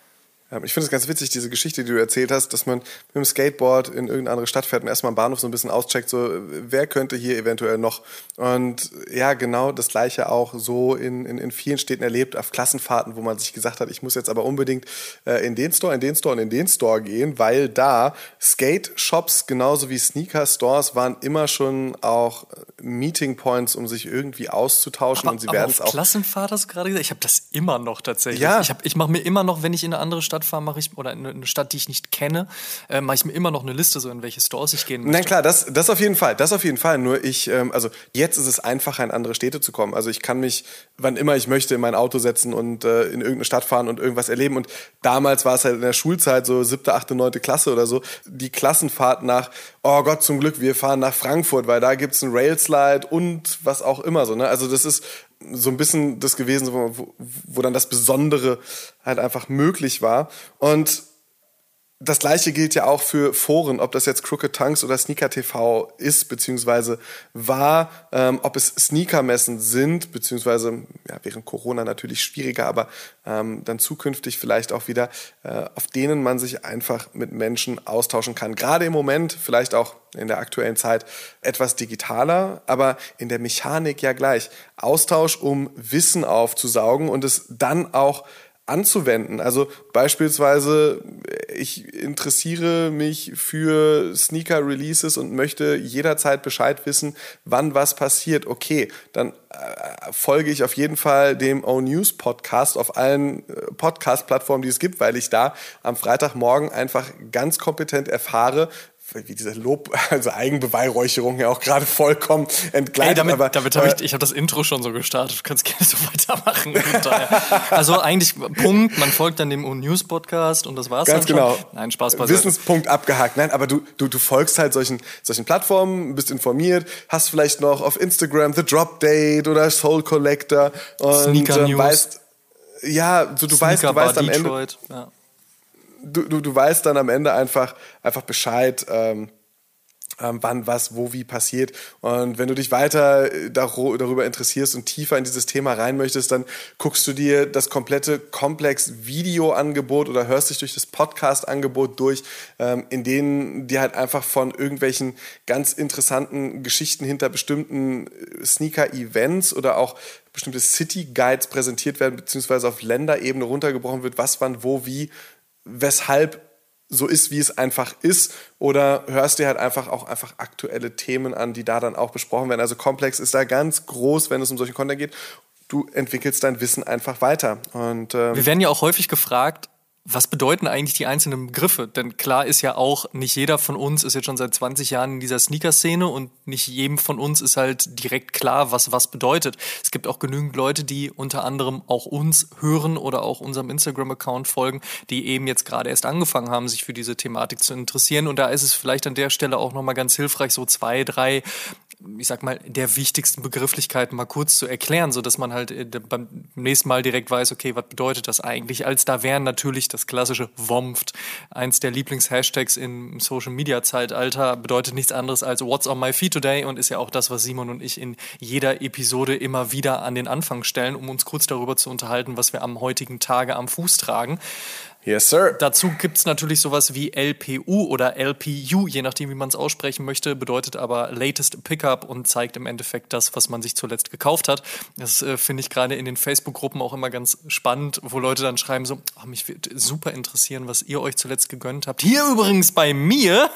Ich finde es ganz witzig, diese Geschichte, die du erzählt hast, dass man mit dem Skateboard in irgendeine andere Stadt fährt und erstmal am Bahnhof so ein bisschen auscheckt, so wer könnte hier eventuell noch. Und ja, genau das Gleiche auch so in vielen Städten erlebt, auf Klassenfahrten, wo man sich gesagt hat, ich muss jetzt aber unbedingt in den Store, in den Store und in den Store gehen, weil da Skate-Shops genauso wie Sneaker-Stores waren immer schon auch Meeting-Points, um sich irgendwie auszutauschen. Und sie werden es auch. Klassenfahrt hast du gerade gesagt? Ich habe das immer noch tatsächlich. Ja. Ich mache mir immer noch, wenn ich in eine andere Stadt fahre, oder in eine Stadt, die ich nicht kenne, mache ich mir immer noch eine Liste, so in welche Stores ich gehen möchte. Nein, klar, das auf jeden Fall. Nur also jetzt ist es einfacher, in andere Städte zu kommen. Also ich kann mich, wann immer ich möchte, in mein Auto setzen und in irgendeine Stadt fahren und irgendwas erleben. Und damals war es halt in der Schulzeit, so 7., 8., 9. Klasse oder so, die Klassenfahrt nach, oh Gott, zum Glück, wir fahren nach Frankfurt, weil da gibt's einen Railslide und was auch immer so. Ne? Also das ist so ein bisschen das gewesen, wo dann das Besondere halt einfach möglich war. Und das Gleiche gilt ja auch für Foren, ob das jetzt Crooked Tongues oder Sneaker TV ist, beziehungsweise war, ob es Sneakermessen sind, beziehungsweise ja, während Corona natürlich schwieriger, aber dann zukünftig vielleicht auch wieder, auf denen man sich einfach mit Menschen austauschen kann. Gerade im Moment, vielleicht auch in der aktuellen Zeit, etwas digitaler, aber in der Mechanik ja gleich. Austausch, um Wissen aufzusaugen und es dann auch anzuwenden. Also beispielsweise, ich interessiere mich für Sneaker-Releases und möchte jederzeit Bescheid wissen, wann was passiert. Okay, dann folge ich auf jeden Fall dem O-News-Podcast auf allen Podcast-Plattformen, die es gibt, weil ich da am Freitagmorgen einfach ganz kompetent erfahre, wie dieser Lob, also Eigenbeweihräucherung ja auch gerade vollkommen entgleitet. Ich habe das Intro schon so gestartet. Du kannst gerne so weitermachen. Also eigentlich Punkt, man folgt dann dem O-News-Podcast und das war's ganz dann genau. Schon. Nein, Spaß beiseite. Wissenspunkt abgehakt. Nein, aber du folgst halt solchen Plattformen, bist informiert, hast vielleicht noch auf Instagram The Drop Date oder Soul Collector und Sneaker News. Weißt, ja, so, du weißt am Ende. Ja. Du weißt dann am Ende einfach Bescheid, wann, was, wo, wie passiert. Und wenn du dich weiter darüber interessierst und tiefer in dieses Thema rein möchtest, dann guckst du dir das komplette Komplex-Video-Angebot oder hörst dich durch das Podcast-Angebot durch, in denen dir halt einfach von irgendwelchen ganz interessanten Geschichten hinter bestimmten Sneaker-Events oder auch bestimmte City-Guides präsentiert werden, beziehungsweise auf Länderebene runtergebrochen wird, was, wann, wo, wie, weshalb so ist, wie es einfach ist, oder hörst dir halt einfach aktuelle Themen an, die da dann auch besprochen werden. Also Komplex ist da ganz groß, wenn es um solchen Content geht. Du entwickelst dein Wissen einfach weiter. Und wir werden ja auch häufig gefragt, was bedeuten eigentlich die einzelnen Begriffe? Denn klar ist ja auch, nicht jeder von uns ist jetzt schon seit 20 Jahren in dieser Sneaker-Szene und nicht jedem von uns ist halt direkt klar, was bedeutet. Es gibt auch genügend Leute, die unter anderem auch uns hören oder auch unserem Instagram-Account folgen, die eben jetzt gerade erst angefangen haben, sich für diese Thematik zu interessieren. Und da ist es vielleicht an der Stelle auch nochmal ganz hilfreich, so 2, 3, ich sag mal, der wichtigsten Begrifflichkeiten mal kurz zu erklären, so dass man halt beim nächsten Mal direkt weiß, okay, was bedeutet das eigentlich? Als da wären natürlich das klassische WOMFT, eins der Lieblings-Hashtags im Social-Media-Zeitalter, bedeutet nichts anderes als What's on my feed today und ist ja auch das, was Simon und ich in jeder Episode immer wieder an den Anfang stellen, um uns kurz darüber zu unterhalten, was wir am heutigen Tage am Fuß tragen. Yes, sir. Dazu gibt's natürlich sowas wie LPU oder LPU, je nachdem, wie man es aussprechen möchte, bedeutet aber Latest Pickup und zeigt im Endeffekt das, was man sich zuletzt gekauft hat. Das finde ich gerade in den Facebook-Gruppen auch immer ganz spannend, wo Leute dann schreiben so, mich würde super interessieren, was ihr euch zuletzt gegönnt habt. Hier übrigens bei mir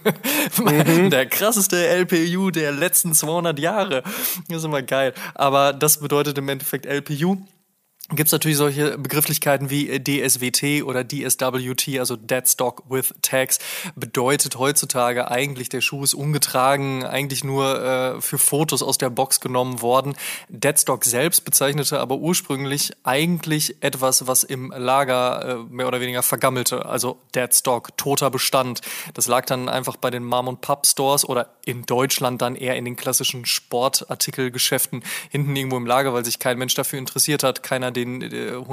der krasseste LPU der letzten 200 Jahre. Das ist immer geil. Aber das bedeutet im Endeffekt LPU. Gibt es natürlich solche Begrifflichkeiten wie DSWT oder DSWT, also Dead Stock with Tags, bedeutet heutzutage eigentlich, der Schuh ist ungetragen, eigentlich nur für Fotos aus der Box genommen worden. Dead Stock selbst bezeichnete aber ursprünglich eigentlich etwas, was im Lager mehr oder weniger vergammelte, also Dead Stock, toter Bestand. Das lag dann einfach bei den Mom-and-Pop-Stores oder in Deutschland dann eher in den klassischen Sportartikelgeschäften hinten irgendwo im Lager, weil sich kein Mensch dafür interessiert hat, keiner den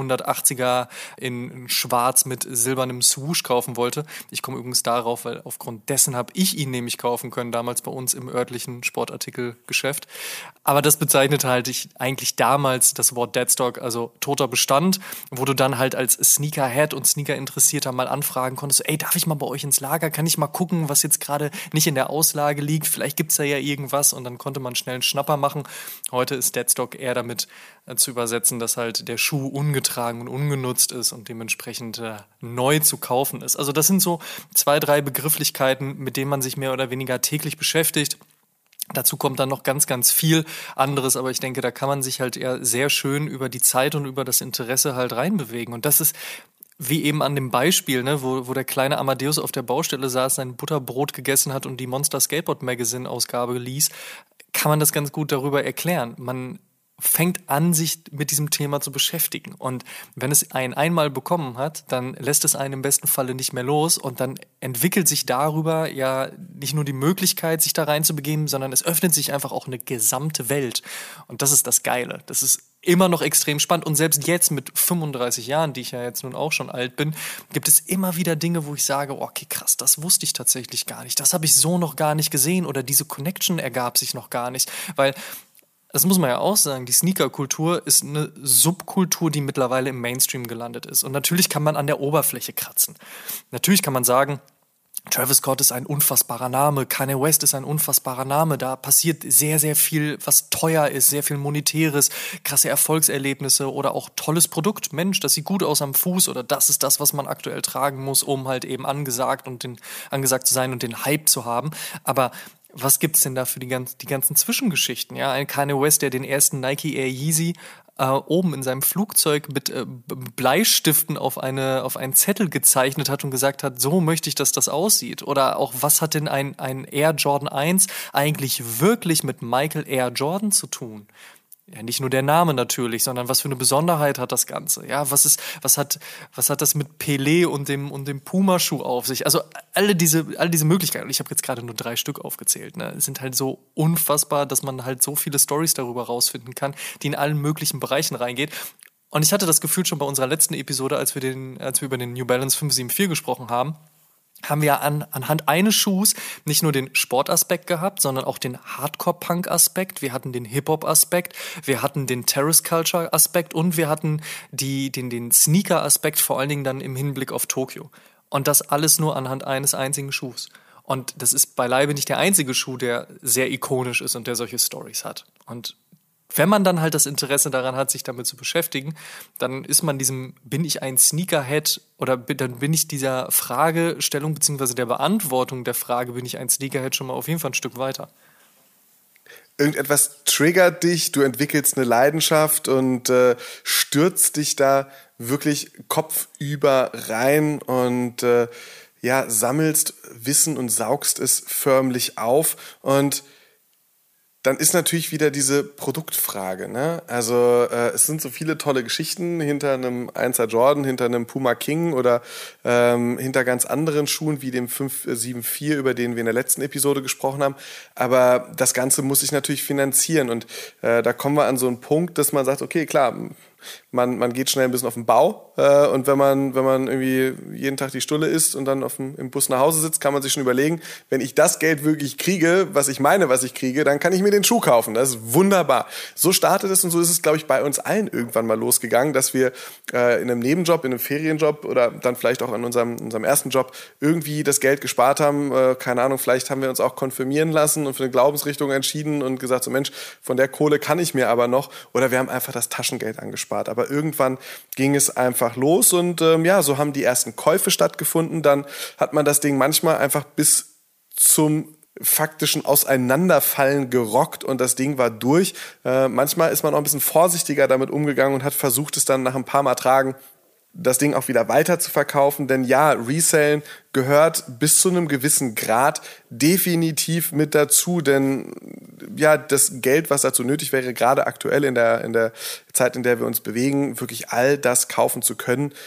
180er in schwarz mit silbernem Swoosh kaufen wollte. Ich komme übrigens darauf, weil aufgrund dessen habe ich ihn nämlich kaufen können, damals bei uns im örtlichen Sportartikelgeschäft. Aber das bezeichnete halt eigentlich damals das Wort Deadstock, also toter Bestand, wo du dann halt als Sneakerhead und Sneaker-Interessierter mal anfragen konntest, ey, darf ich mal bei euch ins Lager? Kann ich mal gucken, was jetzt gerade nicht in der Auslage liegt? Vielleicht gibt's da ja irgendwas und dann konnte man schnell einen Schnapper machen. Heute ist Deadstock eher damit zu übersetzen, dass halt der Schuh ungetragen und ungenutzt ist und dementsprechend neu zu kaufen ist. Also das sind so 2, 3 Begrifflichkeiten, mit denen man sich mehr oder weniger täglich beschäftigt. Dazu kommt dann noch ganz, ganz viel anderes, aber ich denke, da kann man sich halt eher sehr schön über die Zeit und über das Interesse halt reinbewegen. Und das ist wie eben an dem Beispiel, ne, wo der kleine Amadeus auf der Baustelle saß, sein Butterbrot gegessen hat und die Monster Skateboard Magazine Ausgabe liest, kann man das ganz gut darüber erklären. Man fängt an, sich mit diesem Thema zu beschäftigen. Und wenn es einen einmal bekommen hat, dann lässt es einen im besten Falle nicht mehr los und dann entwickelt sich darüber ja nicht nur die Möglichkeit, sich da reinzubegeben, sondern es öffnet sich einfach auch eine gesamte Welt. Und das ist das Geile. Das ist immer noch extrem spannend. Und selbst jetzt mit 35 Jahren, die ich ja jetzt nun auch schon alt bin, gibt es immer wieder Dinge, wo ich sage, okay, krass, das wusste ich tatsächlich gar nicht. Das habe ich so noch gar nicht gesehen oder diese Connection ergab sich noch gar nicht. Weil das muss man ja auch sagen, die Sneaker-Kultur ist eine Subkultur, die mittlerweile im Mainstream gelandet ist. Und natürlich kann man an der Oberfläche kratzen. Natürlich kann man sagen, Travis Scott ist ein unfassbarer Name, Kanye West ist ein unfassbarer Name, da passiert sehr, sehr viel, was teuer ist, sehr viel Monetäres, krasse Erfolgserlebnisse oder auch tolles Produkt. Mensch, das sieht gut aus am Fuß oder das ist das, was man aktuell tragen muss, um halt eben angesagt zu sein und den Hype zu haben. Aber was gibt's denn da für die ganzen Zwischengeschichten? Ja, ein Kanye West, der den ersten Nike Air Yeezy oben in seinem Flugzeug mit Bleistiften auf einen Zettel gezeichnet hat und gesagt hat, so möchte ich, dass das aussieht. Oder auch, was hat denn ein Air Jordan 1 eigentlich wirklich mit Michael Air Jordan zu tun? Ja, nicht nur der Name natürlich, sondern was für eine Besonderheit hat das Ganze? Ja, was hat das mit Pelé und dem Puma-Schuh auf sich? Also alle diese Möglichkeiten. Und ich habe jetzt gerade nur 3 Stück aufgezählt. Ne? Es sind halt so unfassbar, dass man halt so viele Storys darüber rausfinden kann, die in allen möglichen Bereichen reingeht. Und ich hatte das Gefühl schon bei unserer letzten Episode, als wir über den New Balance 574 gesprochen haben wir anhand eines Schuhs nicht nur den Sportaspekt gehabt, sondern auch den Hardcore-Punk-Aspekt, wir hatten den Hip-Hop-Aspekt, wir hatten den Terrace-Culture-Aspekt und wir hatten den Sneaker-Aspekt, vor allen Dingen dann im Hinblick auf Tokio. Und das alles nur anhand eines einzigen Schuhs. Und das ist beileibe nicht der einzige Schuh, der sehr ikonisch ist und der solche Storys hat. Und wenn man dann halt das Interesse daran hat, sich damit zu beschäftigen, dann ist man bin ich ein Sneakerhead oder dann bin ich dieser Fragestellung beziehungsweise der Beantwortung der Frage, bin ich ein Sneakerhead, schon mal auf jeden Fall ein Stück weiter. Irgendetwas triggert dich, du entwickelst eine Leidenschaft und stürzt dich da wirklich kopfüber rein und sammelst Wissen und saugst es förmlich auf. Und dann ist natürlich wieder diese Produktfrage. Ne? Also es sind so viele tolle Geschichten hinter einem 1er Jordan, hinter einem Puma King oder hinter ganz anderen Schuhen wie dem 574, über den wir in der letzten Episode gesprochen haben. Aber das Ganze muss sich natürlich finanzieren. Und da kommen wir an so einen Punkt, dass man sagt, okay, klar, man geht schnell ein bisschen auf den Bau und wenn man irgendwie jeden Tag die Stulle isst und dann im Bus nach Hause sitzt, kann man sich schon überlegen, wenn ich das Geld wirklich kriege, was ich kriege, dann kann ich mir den Schuh kaufen. Das ist wunderbar. So startet es und so ist es, glaube ich, bei uns allen irgendwann mal losgegangen, dass wir in einem Nebenjob, in einem Ferienjob oder dann vielleicht auch in unserem ersten Job irgendwie das Geld gespart haben. Keine Ahnung, vielleicht haben wir uns auch konfirmieren lassen und für eine Glaubensrichtung entschieden und gesagt, so Mensch, von der Kohle kann ich mir aber noch. Oder wir haben einfach das Taschengeld angespart. Aber irgendwann ging es einfach los und so haben die ersten Käufe stattgefunden. Dann hat man das Ding manchmal einfach bis zum faktischen Auseinanderfallen gerockt und das Ding war durch. Manchmal ist man auch ein bisschen vorsichtiger damit umgegangen und hat versucht, es dann nach ein paar Mal tragen, das Ding auch wieder weiter zu verkaufen, denn ja, Resellen gehört bis zu einem gewissen Grad definitiv mit dazu, denn ja, das Geld, was dazu nötig wäre, gerade aktuell in der Zeit, in der wir uns bewegen, wirklich all das kaufen zu können,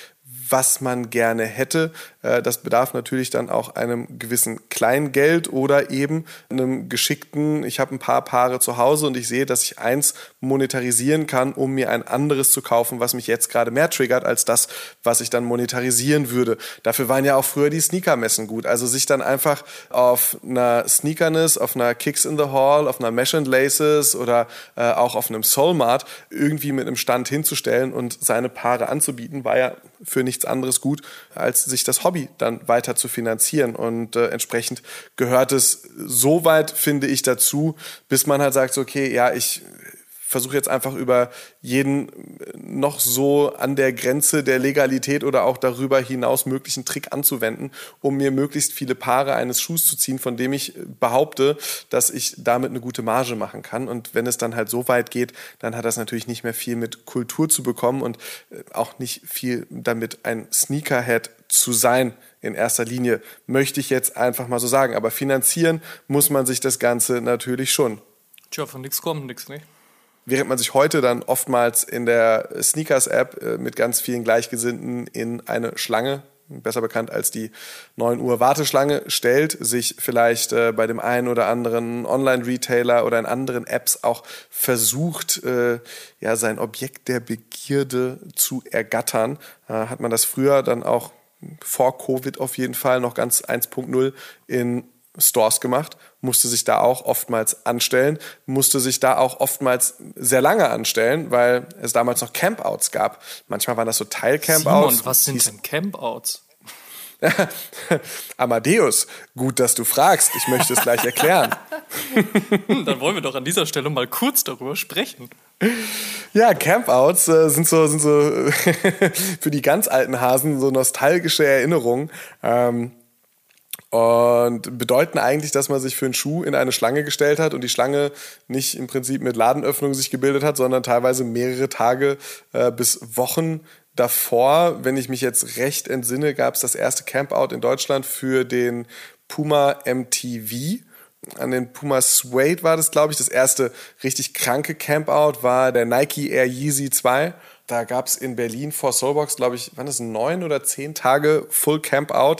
was man gerne hätte. Das bedarf natürlich dann auch einem gewissen Kleingeld oder eben einem geschickten, ich habe ein paar Paare zu Hause und ich sehe, dass ich eins monetarisieren kann, um mir ein anderes zu kaufen, was mich jetzt gerade mehr triggert als das, was ich dann monetarisieren würde. Dafür waren ja auch früher die Sneakermessen gut. Also sich dann einfach auf einer Sneakerness, auf einer Kicks in the Hall, auf einer Mesh and Laces oder auch auf einem Soulmart irgendwie mit einem Stand hinzustellen und seine Paare anzubieten, war ja für nichts anderes gut, als sich das Hobby dann weiter zu finanzieren. Und entsprechend gehört es so weit, finde ich, dazu, bis man halt sagt, so, okay, ja, ich versuche jetzt einfach über jeden noch so an der Grenze der Legalität oder auch darüber hinaus möglichen Trick anzuwenden, um mir möglichst viele Paare eines Schuhs zu ziehen, von dem ich behaupte, dass ich damit eine gute Marge machen kann. Und wenn es dann halt so weit geht, dann hat das natürlich nicht mehr viel mit Kultur zu bekommen und auch nicht viel damit, ein Sneakerhead zu sein. In erster Linie möchte ich jetzt einfach mal so sagen. Aber finanzieren muss man sich das Ganze natürlich schon. Tja, von nichts kommt nichts, ne? Während man sich heute dann oftmals in der Sneakers-App mit ganz vielen Gleichgesinnten in eine Schlange, besser bekannt als die 9 Uhr Warteschlange, stellt, sich vielleicht bei dem einen oder anderen Online-Retailer oder in anderen Apps auch versucht, sein Objekt der Begierde zu ergattern, hat man das früher dann auch vor Covid auf jeden Fall noch ganz 1.0 in Stores gemacht, musste sich da auch oftmals anstellen, musste sich da auch oftmals sehr lange anstellen, weil es damals noch Campouts gab. Manchmal waren das so Teilcampouts. Simon, was sind denn Campouts? Amadeus, gut, dass du fragst. Ich möchte es gleich erklären. Dann wollen wir doch an dieser Stelle mal kurz darüber sprechen. Ja, Campouts sind so für die ganz alten Hasen so nostalgische Erinnerungen. Und bedeuten eigentlich, dass man sich für einen Schuh in eine Schlange gestellt hat und die Schlange nicht im Prinzip mit Ladenöffnung sich gebildet hat, sondern teilweise mehrere Tage bis Wochen davor. Wenn ich mich jetzt recht entsinne, gab es das erste Campout in Deutschland für den Puma MTV. An den Puma Suede war das, glaube ich. Das erste richtig kranke Campout war der Nike Air Yeezy 2. Da gab es in Berlin vor Soulbox, glaube ich, waren das 9 oder 10 Tage Full Campout.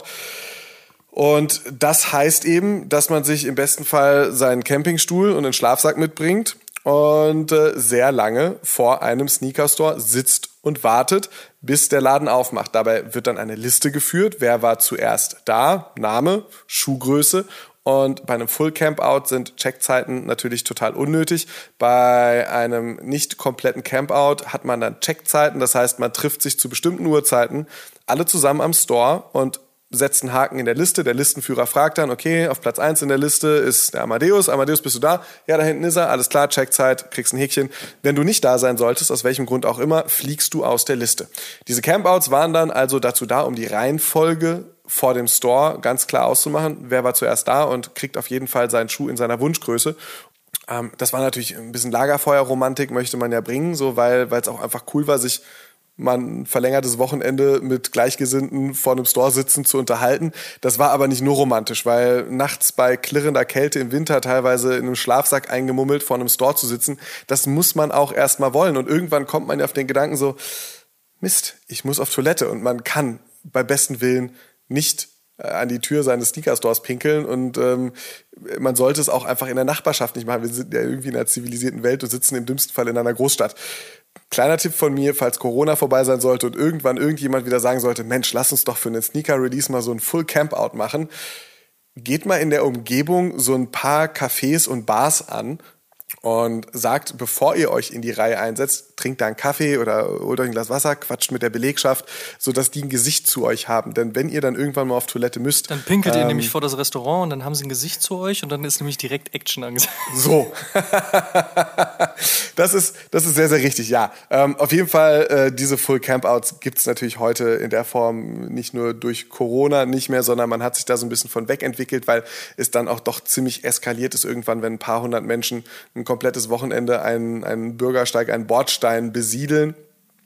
Und das heißt eben, dass man sich im besten Fall seinen Campingstuhl und einen Schlafsack mitbringt und sehr lange vor einem Sneakerstore sitzt und wartet, bis der Laden aufmacht. Dabei wird dann eine Liste geführt, wer war zuerst da, Name, Schuhgröße. Und bei einem Full Campout sind Checkzeiten natürlich total unnötig. Bei einem nicht kompletten Campout hat man dann Checkzeiten. Das heißt, man trifft sich zu bestimmten Uhrzeiten alle zusammen am Store und setzt einen Haken in der Liste. Der Listenführer fragt dann, okay, auf Platz 1 in der Liste ist der Amadeus. Amadeus, bist du da? Ja, da hinten ist er. Alles klar, Checkzeit, kriegst ein Häkchen. Wenn du nicht da sein solltest, aus welchem Grund auch immer, fliegst du aus der Liste. Diese Campouts waren dann also dazu da, um die Reihenfolge vor dem Store ganz klar auszumachen. Wer war zuerst da und kriegt auf jeden Fall seinen Schuh in seiner Wunschgröße. Das war natürlich ein bisschen Lagerfeuerromantik, möchte man ja bringen, so weil es auch einfach cool war, sich man ein verlängertes Wochenende mit Gleichgesinnten vor einem Store sitzen zu unterhalten. Das war aber nicht nur romantisch, weil nachts bei klirrender Kälte im Winter teilweise in einem Schlafsack eingemummelt vor einem Store zu sitzen, das muss man auch erstmal wollen. Und irgendwann kommt man ja auf den Gedanken so, Mist, ich muss auf Toilette. Und man kann bei bestem Willen nicht an die Tür seines Sneaker-Stores pinkeln und man sollte es auch einfach in der Nachbarschaft nicht machen. Wir sind ja irgendwie in einer zivilisierten Welt und sitzen im dümmsten Fall in einer Großstadt. Kleiner Tipp von mir, falls Corona vorbei sein sollte und irgendwann irgendjemand wieder sagen sollte, Mensch, lass uns doch für einen Sneaker-Release mal so ein Full Campout machen. Geht mal in der Umgebung so ein paar Cafés und Bars an und sagt, bevor ihr euch in die Reihe einsetzt, trinkt da einen Kaffee oder holt euch ein Glas Wasser, quatscht mit der Belegschaft, sodass die ein Gesicht zu euch haben. Denn wenn ihr dann irgendwann mal auf Toilette müsst... Dann pinkelt ihr nämlich vor das Restaurant und dann haben sie ein Gesicht zu euch und dann ist nämlich direkt Action angesagt. So. Das ist sehr, sehr richtig, ja. Auf jeden Fall, diese Full Campouts gibt es natürlich heute in der Form nicht nur durch Corona nicht mehr, sondern man hat sich da so ein bisschen von wegentwickelt, weil es dann auch doch ziemlich eskaliert ist irgendwann, wenn ein paar hundert Menschen ein komplettes Wochenende einen Bürgersteig, einen Bordstein besiedeln.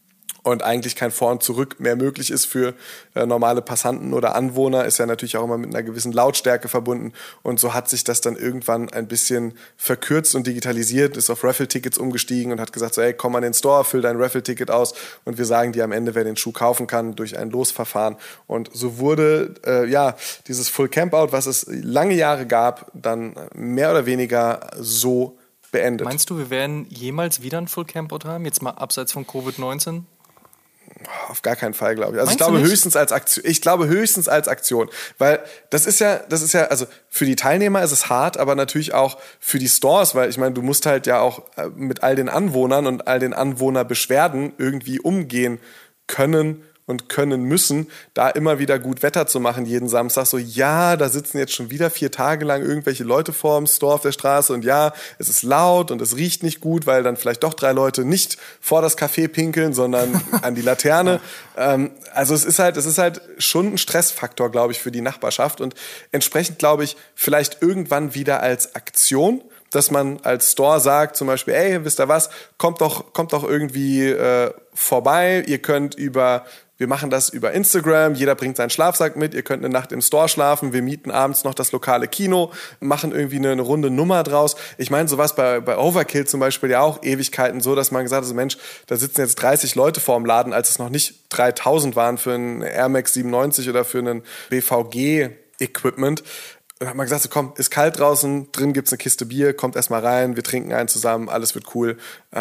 und eigentlich kein Vor und Zurück mehr möglich ist für normale Passanten oder Anwohner, ist ja natürlich auch immer mit einer gewissen Lautstärke verbunden. Und so hat sich das dann irgendwann ein bisschen verkürzt und digitalisiert, ist auf Raffle-Tickets umgestiegen und hat gesagt, so, hey, komm an den Store, füll dein Raffle-Ticket aus und wir sagen dir am Ende, wer den Schuh kaufen kann, durch ein Losverfahren. Und so wurde dieses Full Campout, was es lange Jahre gab, dann mehr oder weniger so beendet. Meinst du, wir werden jemals wieder ein Full Campout haben? Jetzt mal abseits von Covid-19? Auf gar keinen Fall, glaube ich. Also Meinst ich glaube du höchstens als Aktion. Ich glaube höchstens als Aktion, weil das ist ja, also für die Teilnehmer ist es hart, aber natürlich auch für die Stores, weil ich meine, du musst halt ja auch mit all den Anwohnern und all den Anwohnerbeschwerden irgendwie umgehen können und können müssen, da immer wieder gut Wetter zu machen jeden Samstag. So, ja, da sitzen jetzt schon wieder 4 Tage lang irgendwelche Leute vor dem Store auf der Straße und ja, es ist laut und es riecht nicht gut, weil dann vielleicht doch 3 Leute nicht vor das Café pinkeln, sondern an die Laterne. Also es ist halt schon ein Stressfaktor, glaube ich, für die Nachbarschaft und entsprechend, glaube ich, vielleicht irgendwann wieder als Aktion, dass man als Store sagt, zum Beispiel, ey, wisst ihr was, kommt doch irgendwie vorbei, wir machen das über Instagram, jeder bringt seinen Schlafsack mit, ihr könnt eine Nacht im Store schlafen, wir mieten abends noch das lokale Kino, machen irgendwie eine runde Nummer draus. Ich meine, sowas bei Overkill zum Beispiel ja auch Ewigkeiten so, dass man gesagt hat, Mensch, da sitzen jetzt 30 Leute vor dem Laden, als es noch nicht 3000 waren für einen Air Max 97 oder für einen BVG-Equipment. Dann hat man gesagt, so, komm, ist kalt draußen, drin gibt's eine Kiste Bier, kommt erst mal rein, wir trinken einen zusammen, alles wird cool.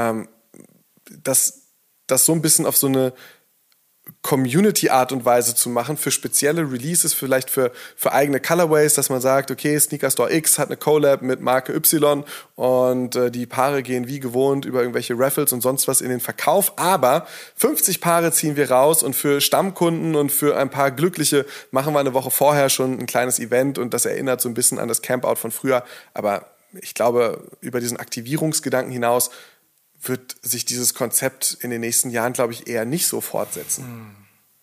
Das so ein bisschen auf so eine Community-Art und Weise zu machen, für spezielle Releases, vielleicht für eigene Colorways, dass man sagt, okay, Sneaker Store X hat eine Collab mit Marke Y und die Paare gehen wie gewohnt über irgendwelche Raffles und sonst was in den Verkauf, aber 50 Paare ziehen wir raus und für Stammkunden und für ein paar Glückliche machen wir eine Woche vorher schon ein kleines Event und das erinnert so ein bisschen an das Campout von früher, aber ich glaube, über diesen Aktivierungsgedanken hinaus wird sich dieses Konzept in den nächsten Jahren, glaube ich, eher nicht so fortsetzen.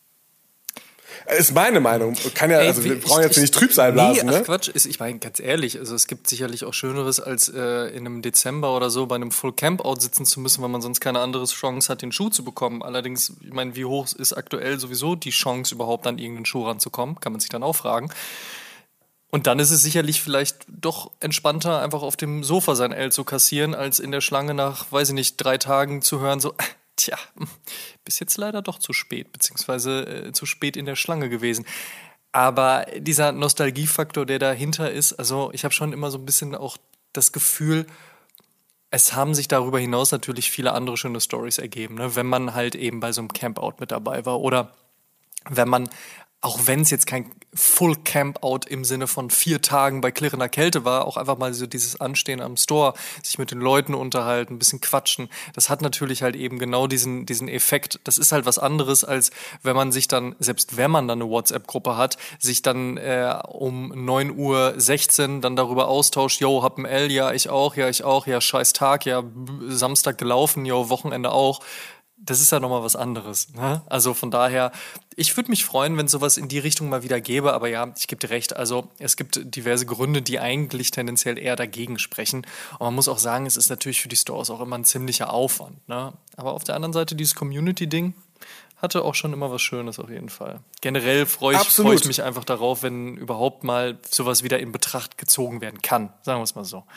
Ist meine Meinung. Wir brauchen jetzt nicht Trübsal blasen. Nee, ach Quatsch. Ich meine, ganz ehrlich, also es gibt sicherlich auch Schöneres, als in einem Dezember oder so bei einem Full Campout sitzen zu müssen, weil man sonst keine andere Chance hat, den Schuh zu bekommen. Allerdings, ich meine, wie hoch ist aktuell sowieso die Chance, überhaupt an irgendeinen Schuh ranzukommen? Kann man sich dann auch fragen. Und dann ist es sicherlich vielleicht doch entspannter, einfach auf dem Sofa sein L zu kassieren, als in der Schlange nach, weiß ich nicht, 3 Tagen zu hören, so, tja, bis jetzt leider doch zu spät, beziehungsweise zu spät in der Schlange gewesen. Aber dieser Nostalgiefaktor, der dahinter ist, also ich habe schon immer so ein bisschen auch das Gefühl, es haben sich darüber hinaus natürlich viele andere schöne Storys ergeben, ne? Wenn man halt eben bei so einem Campout mit dabei war oder wenn man, auch wenn es jetzt kein Full Campout im Sinne von 4 Tagen bei klirrender Kälte war, auch einfach mal so dieses Anstehen am Store, sich mit den Leuten unterhalten, ein bisschen quatschen. Das hat natürlich halt eben genau diesen Effekt. Das ist halt was anderes, als wenn man sich dann, selbst wenn man dann eine WhatsApp-Gruppe hat, sich dann um 9:16 Uhr dann darüber austauscht, yo, hab ein L, ja, ich auch, ja, scheiß Tag, ja, Samstag gelaufen, yo, Wochenende auch. Das ist ja nochmal was anderes, ne? Also von daher, ich würde mich freuen, wenn es sowas in die Richtung mal wieder gäbe, aber ja, ich gebe dir recht, also es gibt diverse Gründe, die eigentlich tendenziell eher dagegen sprechen. Und man muss auch sagen, es ist natürlich für die Stores auch immer ein ziemlicher Aufwand, ne? Aber auf der anderen Seite, dieses Community-Ding hatte auch schon immer was Schönes auf jeden Fall. Generell freue ich mich einfach darauf, wenn überhaupt mal sowas wieder in Betracht gezogen werden kann, sagen wir es mal so.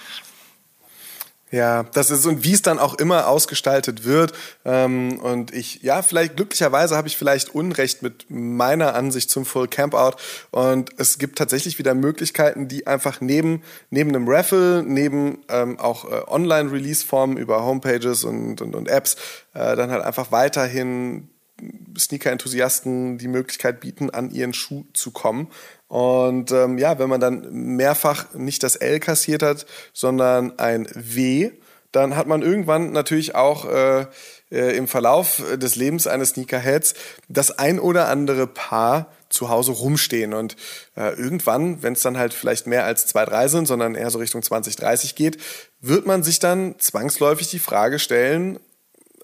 Ja, das ist, und wie es dann auch immer ausgestaltet wird. Und glücklicherweise habe ich vielleicht Unrecht mit meiner Ansicht zum Full Campout. Und es gibt tatsächlich wieder Möglichkeiten, die einfach neben einem Raffle, neben auch Online-Release-Formen über Homepages und Apps dann halt einfach weiterhin Sneaker-Enthusiasten die Möglichkeit bieten, an ihren Schuh zu kommen. Und wenn man dann mehrfach nicht das L kassiert hat, sondern ein W, dann hat man irgendwann natürlich auch im Verlauf des Lebens eines Sneakerheads das ein oder andere Paar zu Hause rumstehen. Und irgendwann, wenn es dann halt vielleicht mehr als 2, 3 sind, sondern eher so Richtung 20, 30 geht, wird man sich dann zwangsläufig die Frage stellen,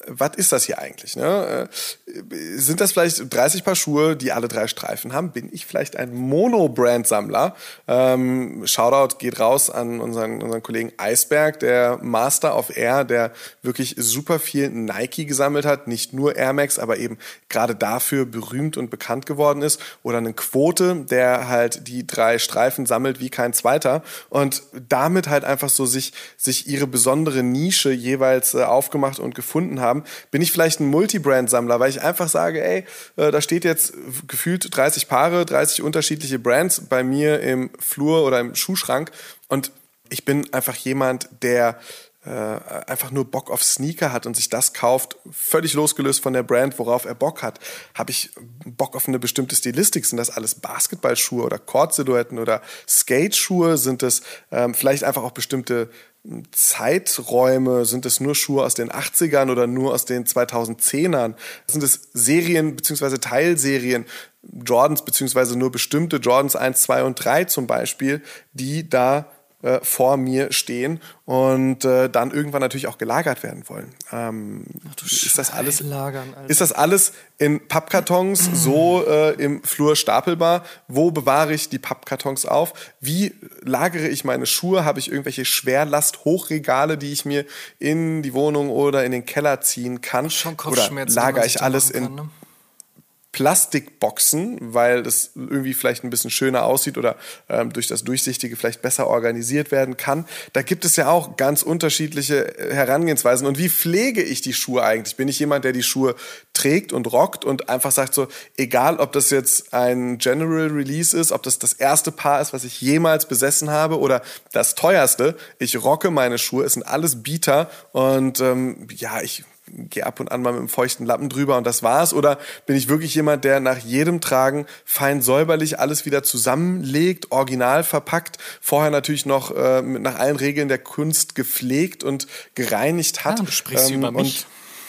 was ist das hier eigentlich? Ne? Sind das vielleicht 30 Paar Schuhe, die alle 3 Streifen haben? Bin ich vielleicht ein Mono-Brand-Sammler? Shoutout geht raus an unseren Kollegen Eisberg, der Master of Air, der wirklich super viel Nike gesammelt hat, nicht nur Air Max, aber eben gerade dafür berühmt und bekannt geworden ist. Oder einen Quote, der halt die 3 Streifen sammelt wie kein zweiter und damit halt einfach so sich ihre besondere Nische jeweils aufgemacht und gefunden haben. Bin ich vielleicht ein Multibrand-Sammler, weil ich einfach sage, ey, da steht jetzt gefühlt 30 Paare, 30 unterschiedliche Brands bei mir im Flur oder im Schuhschrank und ich bin einfach jemand, der einfach nur Bock auf Sneaker hat und sich das kauft, völlig losgelöst von der Brand, worauf er Bock hat. Habe ich Bock auf eine bestimmte Stilistik? Sind das alles Basketballschuhe oder Court-Silhouetten oder Skate-Schuhe? Sind es vielleicht einfach auch bestimmte Zeiträume? Sind es nur Schuhe aus den 80ern oder nur aus den 2010ern? Sind es Serien bzw. Teilserien, Jordans bzw. nur bestimmte Jordans 1, 2 und 3 zum Beispiel, die da vor mir stehen und dann irgendwann natürlich auch gelagert werden wollen. Ist das alles in Pappkartons so im Flur stapelbar? Wo bewahre ich die Pappkartons auf? Wie lagere ich meine Schuhe? Habe ich irgendwelche Schwerlast-Hochregale, die ich mir in die Wohnung oder in den Keller ziehen kann? Oder lagere ich alles in Plastikboxen, weil das irgendwie vielleicht ein bisschen schöner aussieht oder durch das Durchsichtige vielleicht besser organisiert werden kann. Da gibt es ja auch ganz unterschiedliche Herangehensweisen. Und wie pflege ich die Schuhe eigentlich? Bin ich jemand, der die Schuhe trägt und rockt und einfach sagt so, egal ob das jetzt ein General Release ist, ob das das erste Paar ist, was ich jemals besessen habe oder das teuerste, ich rocke meine Schuhe, es sind alles Bieter und ich gehe ab und an mal mit einem feuchten Lappen drüber und das war's? Oder bin ich wirklich jemand, der nach jedem Tragen fein säuberlich alles wieder zusammenlegt, original verpackt, vorher natürlich noch nach allen Regeln der Kunst gepflegt und gereinigt hat? Ja, du sprichst über mich.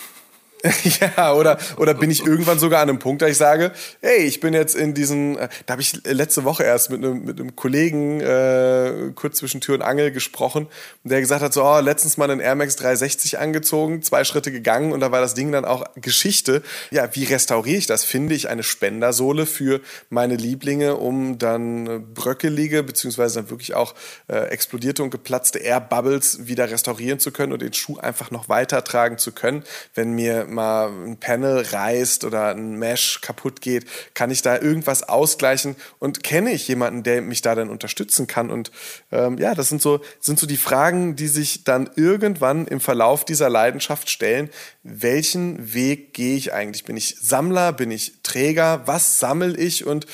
Ja, oder bin ich irgendwann sogar an einem Punkt, da ich sage, hey, ich bin jetzt in diesen, da habe ich letzte Woche erst mit einem Kollegen kurz zwischen Tür und Angel gesprochen, der gesagt hat, so, letztens mal einen Air Max 360 angezogen, 2 Schritte gegangen und da war das Ding dann auch Geschichte. Ja, wie restauriere ich das? Finde ich eine Spendersohle für meine Lieblinge, um dann bröckelige, beziehungsweise dann wirklich auch explodierte und geplatzte Air Bubbles wieder restaurieren zu können und den Schuh einfach noch weiter tragen zu können, wenn mir mal ein Panel reißt oder ein Mesh kaputt geht, kann ich da irgendwas ausgleichen und kenne ich jemanden, der mich da dann unterstützen kann und das sind so die Fragen, die sich dann irgendwann im Verlauf dieser Leidenschaft stellen. Welchen Weg gehe ich eigentlich? Bin ich Sammler? Bin ich Träger? Was sammle ich und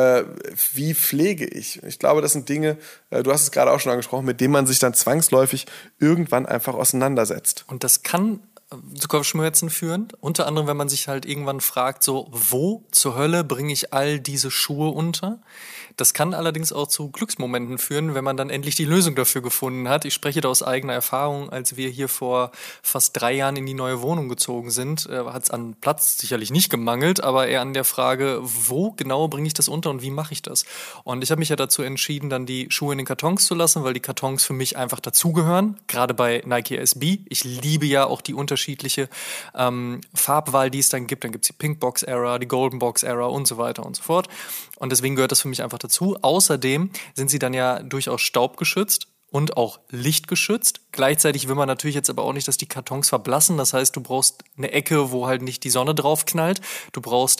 wie pflege ich? Ich glaube, das sind Dinge, du hast es gerade auch schon angesprochen, mit denen man sich dann zwangsläufig irgendwann einfach auseinandersetzt. Und das kann zu Kopfschmerzen führen. Unter anderem, wenn man sich halt irgendwann fragt, so, wo zur Hölle bringe ich all diese Schuhe unter? Das kann allerdings auch zu Glücksmomenten führen, wenn man dann endlich die Lösung dafür gefunden hat. Ich spreche da aus eigener Erfahrung. Als wir hier vor fast 3 Jahren in die neue Wohnung gezogen sind, hat es an Platz sicherlich nicht gemangelt, aber eher an der Frage, wo genau bringe ich das unter und wie mache ich das? Und ich habe mich ja dazu entschieden, dann die Schuhe in den Kartons zu lassen, weil die Kartons für mich einfach dazugehören. Gerade bei Nike SB. Ich liebe ja auch die unterschiedliche Farbwahl, die es dann gibt. Dann gibt es die Pink Box Era, die Golden Box Era und so weiter und so fort. Und deswegen gehört das für mich einfach dazu. Außerdem sind sie dann ja durchaus staubgeschützt und auch lichtgeschützt. Gleichzeitig will man natürlich jetzt aber auch nicht, dass die Kartons verblassen. Das heißt, du brauchst eine Ecke, wo halt nicht die Sonne drauf knallt. Du brauchst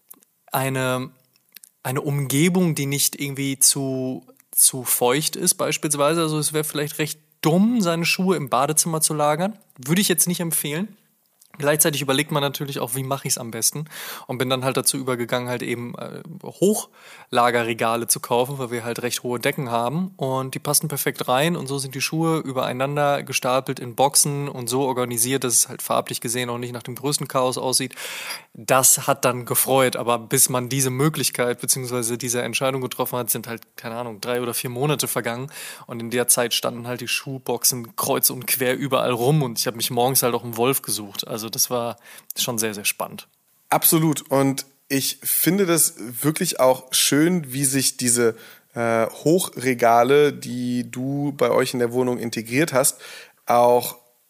eine Umgebung, die nicht irgendwie zu feucht ist beispielsweise. Also es wäre vielleicht recht dumm, seine Schuhe im Badezimmer zu lagern. Würde ich jetzt nicht empfehlen. Gleichzeitig überlegt man natürlich auch, wie mache ich es am besten und bin dann halt dazu übergegangen, halt eben Hochlagerregale zu kaufen, weil wir halt recht hohe Decken haben und die passen perfekt rein und so sind die Schuhe übereinander gestapelt in Boxen und so organisiert, dass es halt farblich gesehen auch nicht nach dem größten Chaos aussieht. Das hat dann gefreut, aber bis man diese Möglichkeit bzw. diese Entscheidung getroffen hat, sind halt, keine Ahnung, 3 oder 4 Monate vergangen und in der Zeit standen halt die Schuhboxen kreuz und quer überall rum und ich habe mich morgens halt auch einen Wolf gesucht. Also das war schon sehr, sehr spannend. Absolut. Und ich finde das wirklich auch schön, wie sich diese Hochregale, die du bei euch in der Wohnung integriert hast, auch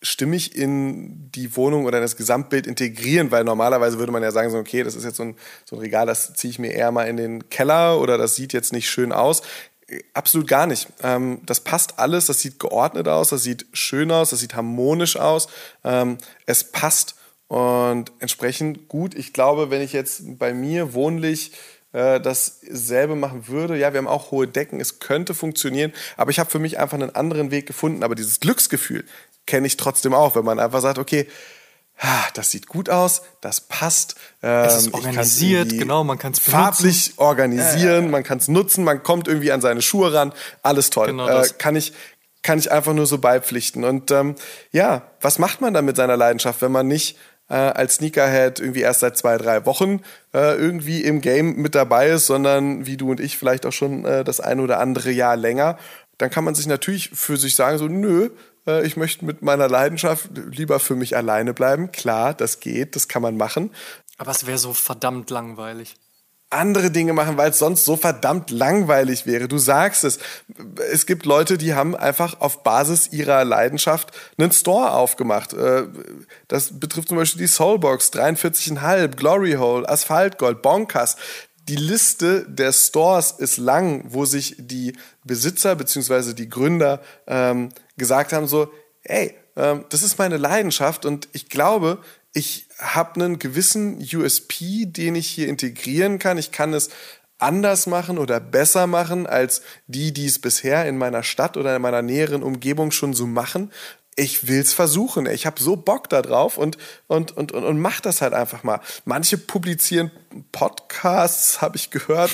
stimmig in die Wohnung oder in das Gesamtbild integrieren, weil normalerweise würde man ja sagen, so, okay, das ist jetzt so ein Regal, das ziehe ich mir eher mal in den Keller oder das sieht jetzt nicht schön aus. Absolut gar nicht. Das passt alles, das sieht geordnet aus, das sieht schön aus, das sieht harmonisch aus. Es passt und entsprechend gut. Ich glaube, wenn ich jetzt bei mir wohnlich dasselbe machen würde, ja, wir haben auch hohe Decken, es könnte funktionieren, aber ich habe für mich einfach einen anderen Weg gefunden. Aber dieses Glücksgefühl kenne ich trotzdem auch, wenn man einfach sagt, okay, das sieht gut aus, das passt. Es ist organisiert, genau, man kann es farblich organisieren, man kann es nutzen, man kommt irgendwie an seine Schuhe ran, alles toll. Genau kann ich einfach nur so beipflichten. Und was macht man dann mit seiner Leidenschaft, wenn man nicht als Sneakerhead irgendwie erst seit 2-3 Wochen irgendwie im Game mit dabei ist, sondern wie du und ich vielleicht auch schon das ein oder andere Jahr länger? Dann kann man sich natürlich für sich sagen, so nö, ich möchte mit meiner Leidenschaft lieber für mich alleine bleiben. Klar, das geht, das kann man machen. Aber es wäre so verdammt langweilig. Andere Dinge machen, weil es sonst so verdammt langweilig wäre. Du sagst es. Es gibt Leute, die haben einfach auf Basis ihrer Leidenschaft einen Store aufgemacht. Das betrifft zum Beispiel die Soulbox, 43,5, Glory Hole, Asphaltgold, Bonkers. Die Liste der Stores ist lang, wo sich die Besitzer bzw. die Gründer gesagt haben so, ey, das ist meine Leidenschaft und ich glaube, ich habe einen gewissen USP, den ich hier integrieren kann. Ich kann es anders machen oder besser machen als die es bisher in meiner Stadt oder in meiner näheren Umgebung schon so machen. Ich will's versuchen. Ich habe so Bock da drauf und mach das halt einfach mal. Manche publizieren Podcasts, habe ich gehört.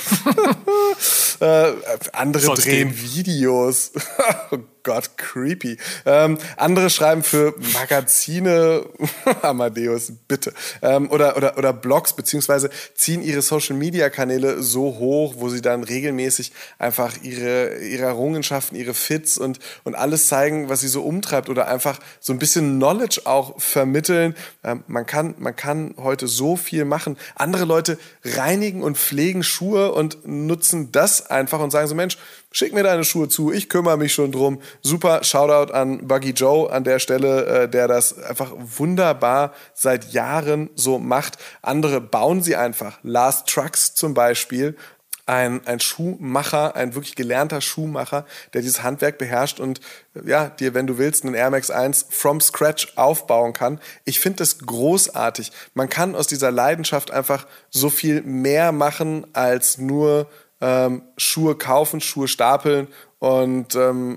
Andere drehen Videos. Oh Gott, creepy. Andere schreiben für Magazine. Amadeus, bitte. Oder Blogs, beziehungsweise ziehen ihre Social-Media-Kanäle so hoch, wo sie dann regelmäßig einfach ihre Errungenschaften, ihre Fits und alles zeigen, was sie so umtreibt oder einfach so ein bisschen Knowledge auch vermitteln. Man kann heute so viel machen. Andere Leute reinigen und pflegen Schuhe und nutzen das einfach und sagen so, Mensch, schick mir deine Schuhe zu, ich kümmere mich schon drum. Super, Shoutout an Buggy Joe an der Stelle, der das einfach wunderbar seit Jahren so macht. Andere bauen sie einfach. Last Trucks zum Beispiel. Ein Schuhmacher, ein wirklich gelernter Schuhmacher, der dieses Handwerk beherrscht und dir, wenn du willst, einen Air Max 1 from scratch aufbauen kann. Ich finde das großartig. Man kann aus dieser Leidenschaft einfach so viel mehr machen, als nur Schuhe kaufen, Schuhe stapeln und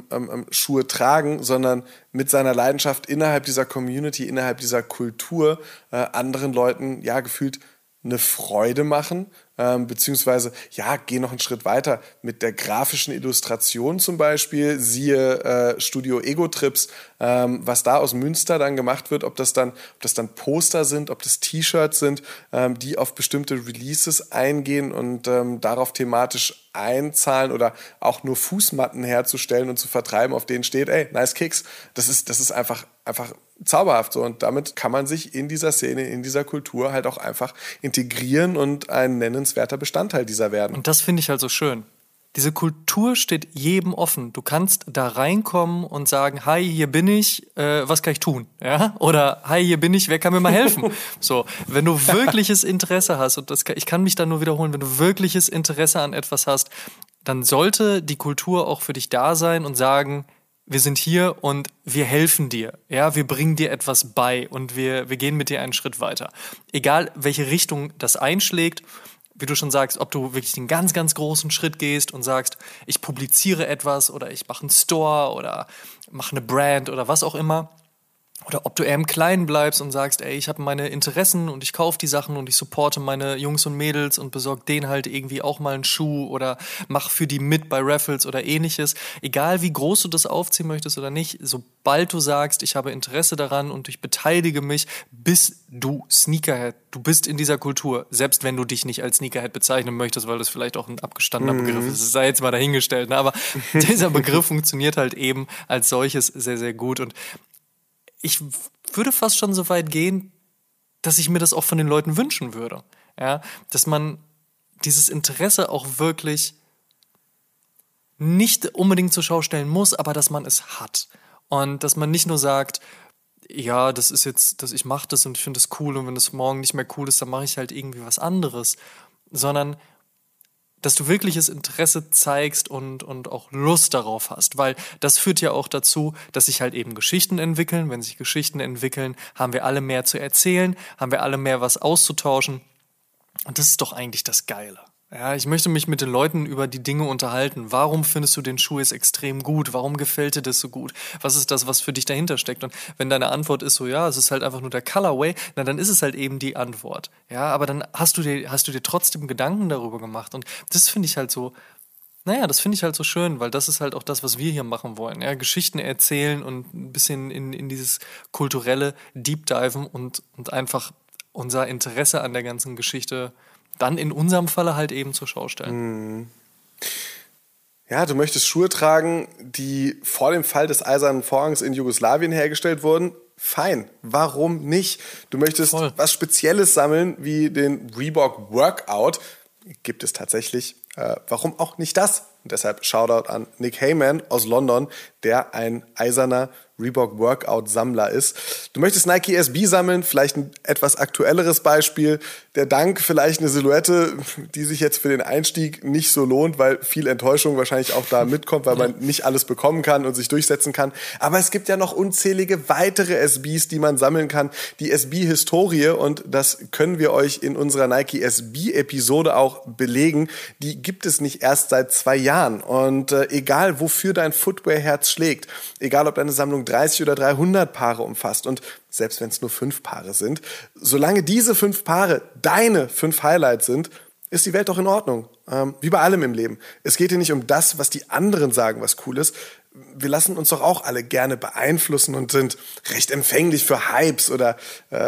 Schuhe tragen, sondern mit seiner Leidenschaft innerhalb dieser Community, innerhalb dieser Kultur anderen Leuten gefühlt eine Freude machen, beziehungsweise geh noch einen Schritt weiter mit der grafischen Illustration zum Beispiel, siehe Studio Ego Trips, was da aus Münster dann gemacht wird, ob das dann Poster sind, ob das T-Shirts sind, die auf bestimmte Releases eingehen und darauf thematisch einzahlen oder auch nur Fußmatten herzustellen und zu vertreiben, auf denen steht, ey, nice Kicks. Das ist einfach zauberhaft so und damit kann man sich in dieser Szene, in dieser Kultur halt auch einfach integrieren und ein nennenswerter Bestandteil dieser werden. Und das finde ich halt so schön. Diese Kultur steht jedem offen. Du kannst da reinkommen und sagen, hi, hier bin ich, was kann ich tun? Ja? Oder hi, hier bin ich, wer kann mir mal helfen? So, wenn du wirkliches Interesse hast, und ich kann mich da nur wiederholen, wenn du wirkliches Interesse an etwas hast, dann sollte die Kultur auch für dich da sein und sagen, wir sind hier und wir helfen dir. Ja, wir bringen dir etwas bei und wir gehen mit dir einen Schritt weiter. Egal, welche Richtung das einschlägt, wie du schon sagst, ob du wirklich den ganz, ganz großen Schritt gehst und sagst, ich publiziere etwas oder ich mache einen Store oder mache eine Brand oder was auch immer. Oder ob du eher im Kleinen bleibst und sagst, ey, ich habe meine Interessen und ich kaufe die Sachen und ich supporte meine Jungs und Mädels und besorge denen halt irgendwie auch mal einen Schuh oder mach für die mit bei Raffles oder ähnliches. Egal wie groß du das aufziehen möchtest oder nicht, sobald du sagst, ich habe Interesse daran und ich beteilige mich, bist du Sneakerhead. Du bist in dieser Kultur, selbst wenn du dich nicht als Sneakerhead bezeichnen möchtest, weil das vielleicht auch ein abgestandener Begriff ist. Das sei jetzt mal dahingestellt. Ne? Aber dieser Begriff funktioniert halt eben als solches sehr, sehr gut und ich würde fast schon so weit gehen, dass ich mir das auch von den Leuten wünschen würde. Ja, dass man dieses Interesse auch wirklich nicht unbedingt zur Schau stellen muss, aber dass man es hat. Und dass man nicht nur sagt, ja, das ist jetzt, ich mache das und ich finde das cool und wenn das morgen nicht mehr cool ist, dann mache ich halt irgendwie was anderes. Sondern, dass du wirkliches Interesse zeigst und auch Lust darauf hast. Weil das führt ja auch dazu, dass sich halt eben Geschichten entwickeln. Wenn sich Geschichten entwickeln, haben wir alle mehr zu erzählen, haben wir alle mehr was auszutauschen. Und das ist doch eigentlich das Geile. Ja, ich möchte mich mit den Leuten über die Dinge unterhalten. Warum findest du den Schuh jetzt extrem gut? Warum gefällt dir das so gut? Was ist das, was für dich dahinter steckt? Und wenn deine Antwort ist so, ja, es ist halt einfach nur der Colorway, na, dann ist es halt eben die Antwort. Ja, aber dann hast du dir trotzdem Gedanken darüber gemacht. Und das finde ich halt so, das finde ich halt so schön, weil das ist halt auch das, was wir hier machen wollen. Ja, Geschichten erzählen und ein bisschen in dieses kulturelle Deep Diven und einfach unser Interesse an der ganzen Geschichte dann in unserem Falle halt eben zur Schau stellen. Ja, du möchtest Schuhe tragen, die vor dem Fall des Eisernen Vorhangs in Jugoslawien hergestellt wurden. Fein, warum nicht? Du möchtest was Spezielles sammeln, wie den Reebok Workout. Gibt es tatsächlich. Warum auch nicht das? Und deshalb Shoutout an Nick Heyman aus London, der ein eiserner Reebok Workout-Sammler ist. Du möchtest Nike SB sammeln, vielleicht ein etwas aktuelleres Beispiel. Der Dunk, vielleicht eine Silhouette, die sich jetzt für den Einstieg nicht so lohnt, weil viel Enttäuschung wahrscheinlich auch da mitkommt, weil man nicht alles bekommen kann und sich durchsetzen kann. Aber es gibt ja noch unzählige weitere SBs, die man sammeln kann. Die SB-Historie, und das können wir euch in unserer Nike SB-Episode auch belegen, die gibt es nicht erst seit 2 Jahren. Und egal, wofür dein Footwear-Herz schlägt, egal, ob deine Sammlung 30 oder 300 Paare umfasst und selbst wenn es nur 5 Paare sind, solange diese 5 Paare deine 5 Highlights sind, ist die Welt doch in Ordnung. Wie bei allem im Leben. Es geht hier nicht um das, was die anderen sagen, was cool ist. Wir lassen uns doch auch alle gerne beeinflussen und sind recht empfänglich für Hypes oder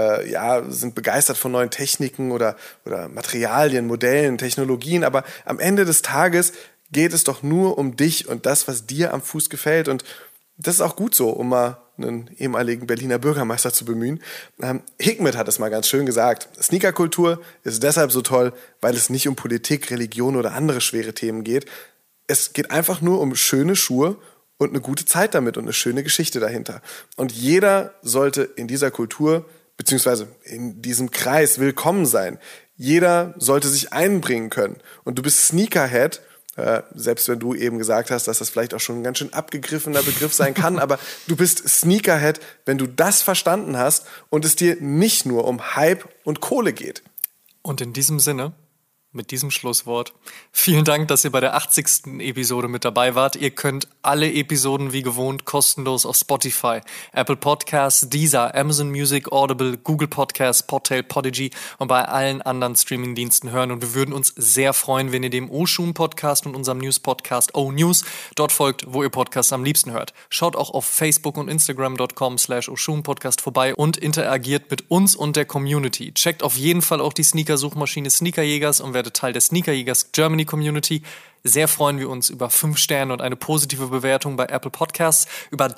sind begeistert von neuen Techniken oder Materialien, Modellen, Technologien. Aber am Ende des Tages geht es doch nur um dich und das, was dir am Fuß gefällt. Und das ist auch gut so, um mal einen ehemaligen Berliner Bürgermeister zu bemühen. Hikmet hat es mal ganz schön gesagt. Sneakerkultur ist deshalb so toll, weil es nicht um Politik, Religion oder andere schwere Themen geht. Es geht einfach nur um schöne Schuhe und eine gute Zeit damit und eine schöne Geschichte dahinter. Und jeder sollte in dieser Kultur beziehungsweise in diesem Kreis willkommen sein. Jeder sollte sich einbringen können. Und du bist Sneakerhead, selbst wenn du eben gesagt hast, dass das vielleicht auch schon ein ganz schön abgegriffener Begriff sein kann, aber du bist Sneakerhead, wenn du das verstanden hast und es dir nicht nur um Hype und Kohle geht. Und in diesem Sinne, mit diesem Schlusswort, vielen Dank, dass ihr bei der 80. Episode mit dabei wart. Ihr könnt alle Episoden wie gewohnt kostenlos auf Spotify, Apple Podcasts, Deezer, Amazon Music, Audible, Google Podcasts, Podtail, Podigy und bei allen anderen Streamingdiensten hören. Und wir würden uns sehr freuen, wenn ihr dem Oshun Podcast und unserem News-Podcast O-News dort folgt, wo ihr Podcasts am liebsten hört. Schaut auch auf Facebook und Instagram.com/Oshun Podcast vorbei und interagiert mit uns und der Community. Checkt auf jeden Fall auch die Sneaker-Suchmaschine Sneakerjägers und werdet Teil der Sneakerjägers Germany Community. Sehr freuen wir uns über 5 Sterne und eine positive Bewertung bei Apple Podcasts. Über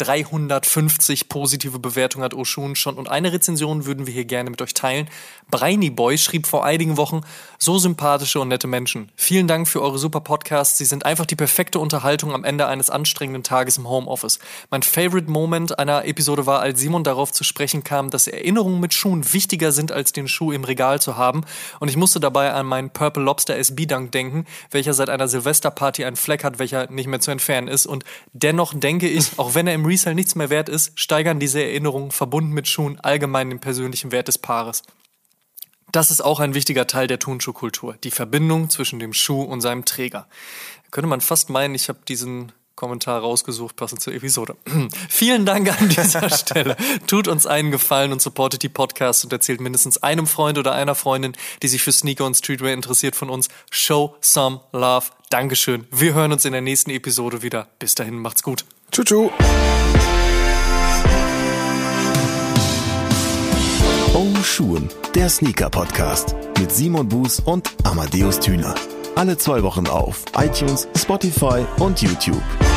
350 positive Bewertungen hat Oshun schon und eine Rezension würden wir hier gerne mit euch teilen. Brainy Boy schrieb vor einigen Wochen: so sympathische und nette Menschen. Vielen Dank für eure super Podcasts. Sie sind einfach die perfekte Unterhaltung am Ende eines anstrengenden Tages im Homeoffice. Mein Favorite Moment einer Episode war, als Simon darauf zu sprechen kam, dass Erinnerungen mit Schuhen wichtiger sind, als den Schuh im Regal zu haben. Und ich musste dabei an meinen Purple Lobster SB Dunk denken, welcher seit einer Silvesterparty einen Fleck hat, welcher nicht mehr zu entfernen ist. Und dennoch denke ich, auch wenn er im Resale nichts mehr wert ist, steigern diese Erinnerungen verbunden mit Schuhen allgemein den persönlichen Wert des Paares. Das ist auch ein wichtiger Teil der Turnschuhkultur, die Verbindung zwischen dem Schuh und seinem Träger. Da könnte man fast meinen, ich habe diesen Kommentar rausgesucht, passend zur Episode. Vielen Dank an dieser Stelle. Tut uns einen Gefallen und supportet die Podcasts und erzählt mindestens einem Freund oder einer Freundin, die sich für Sneaker und Streetwear interessiert, von uns. Show some love. Dankeschön. Wir hören uns in der nächsten Episode wieder. Bis dahin, macht's gut. Tschu. Oshun, der Sneaker-Podcast mit Simon Buß und Amadeus Thüner. Alle 2 Wochen auf iTunes, Spotify und YouTube.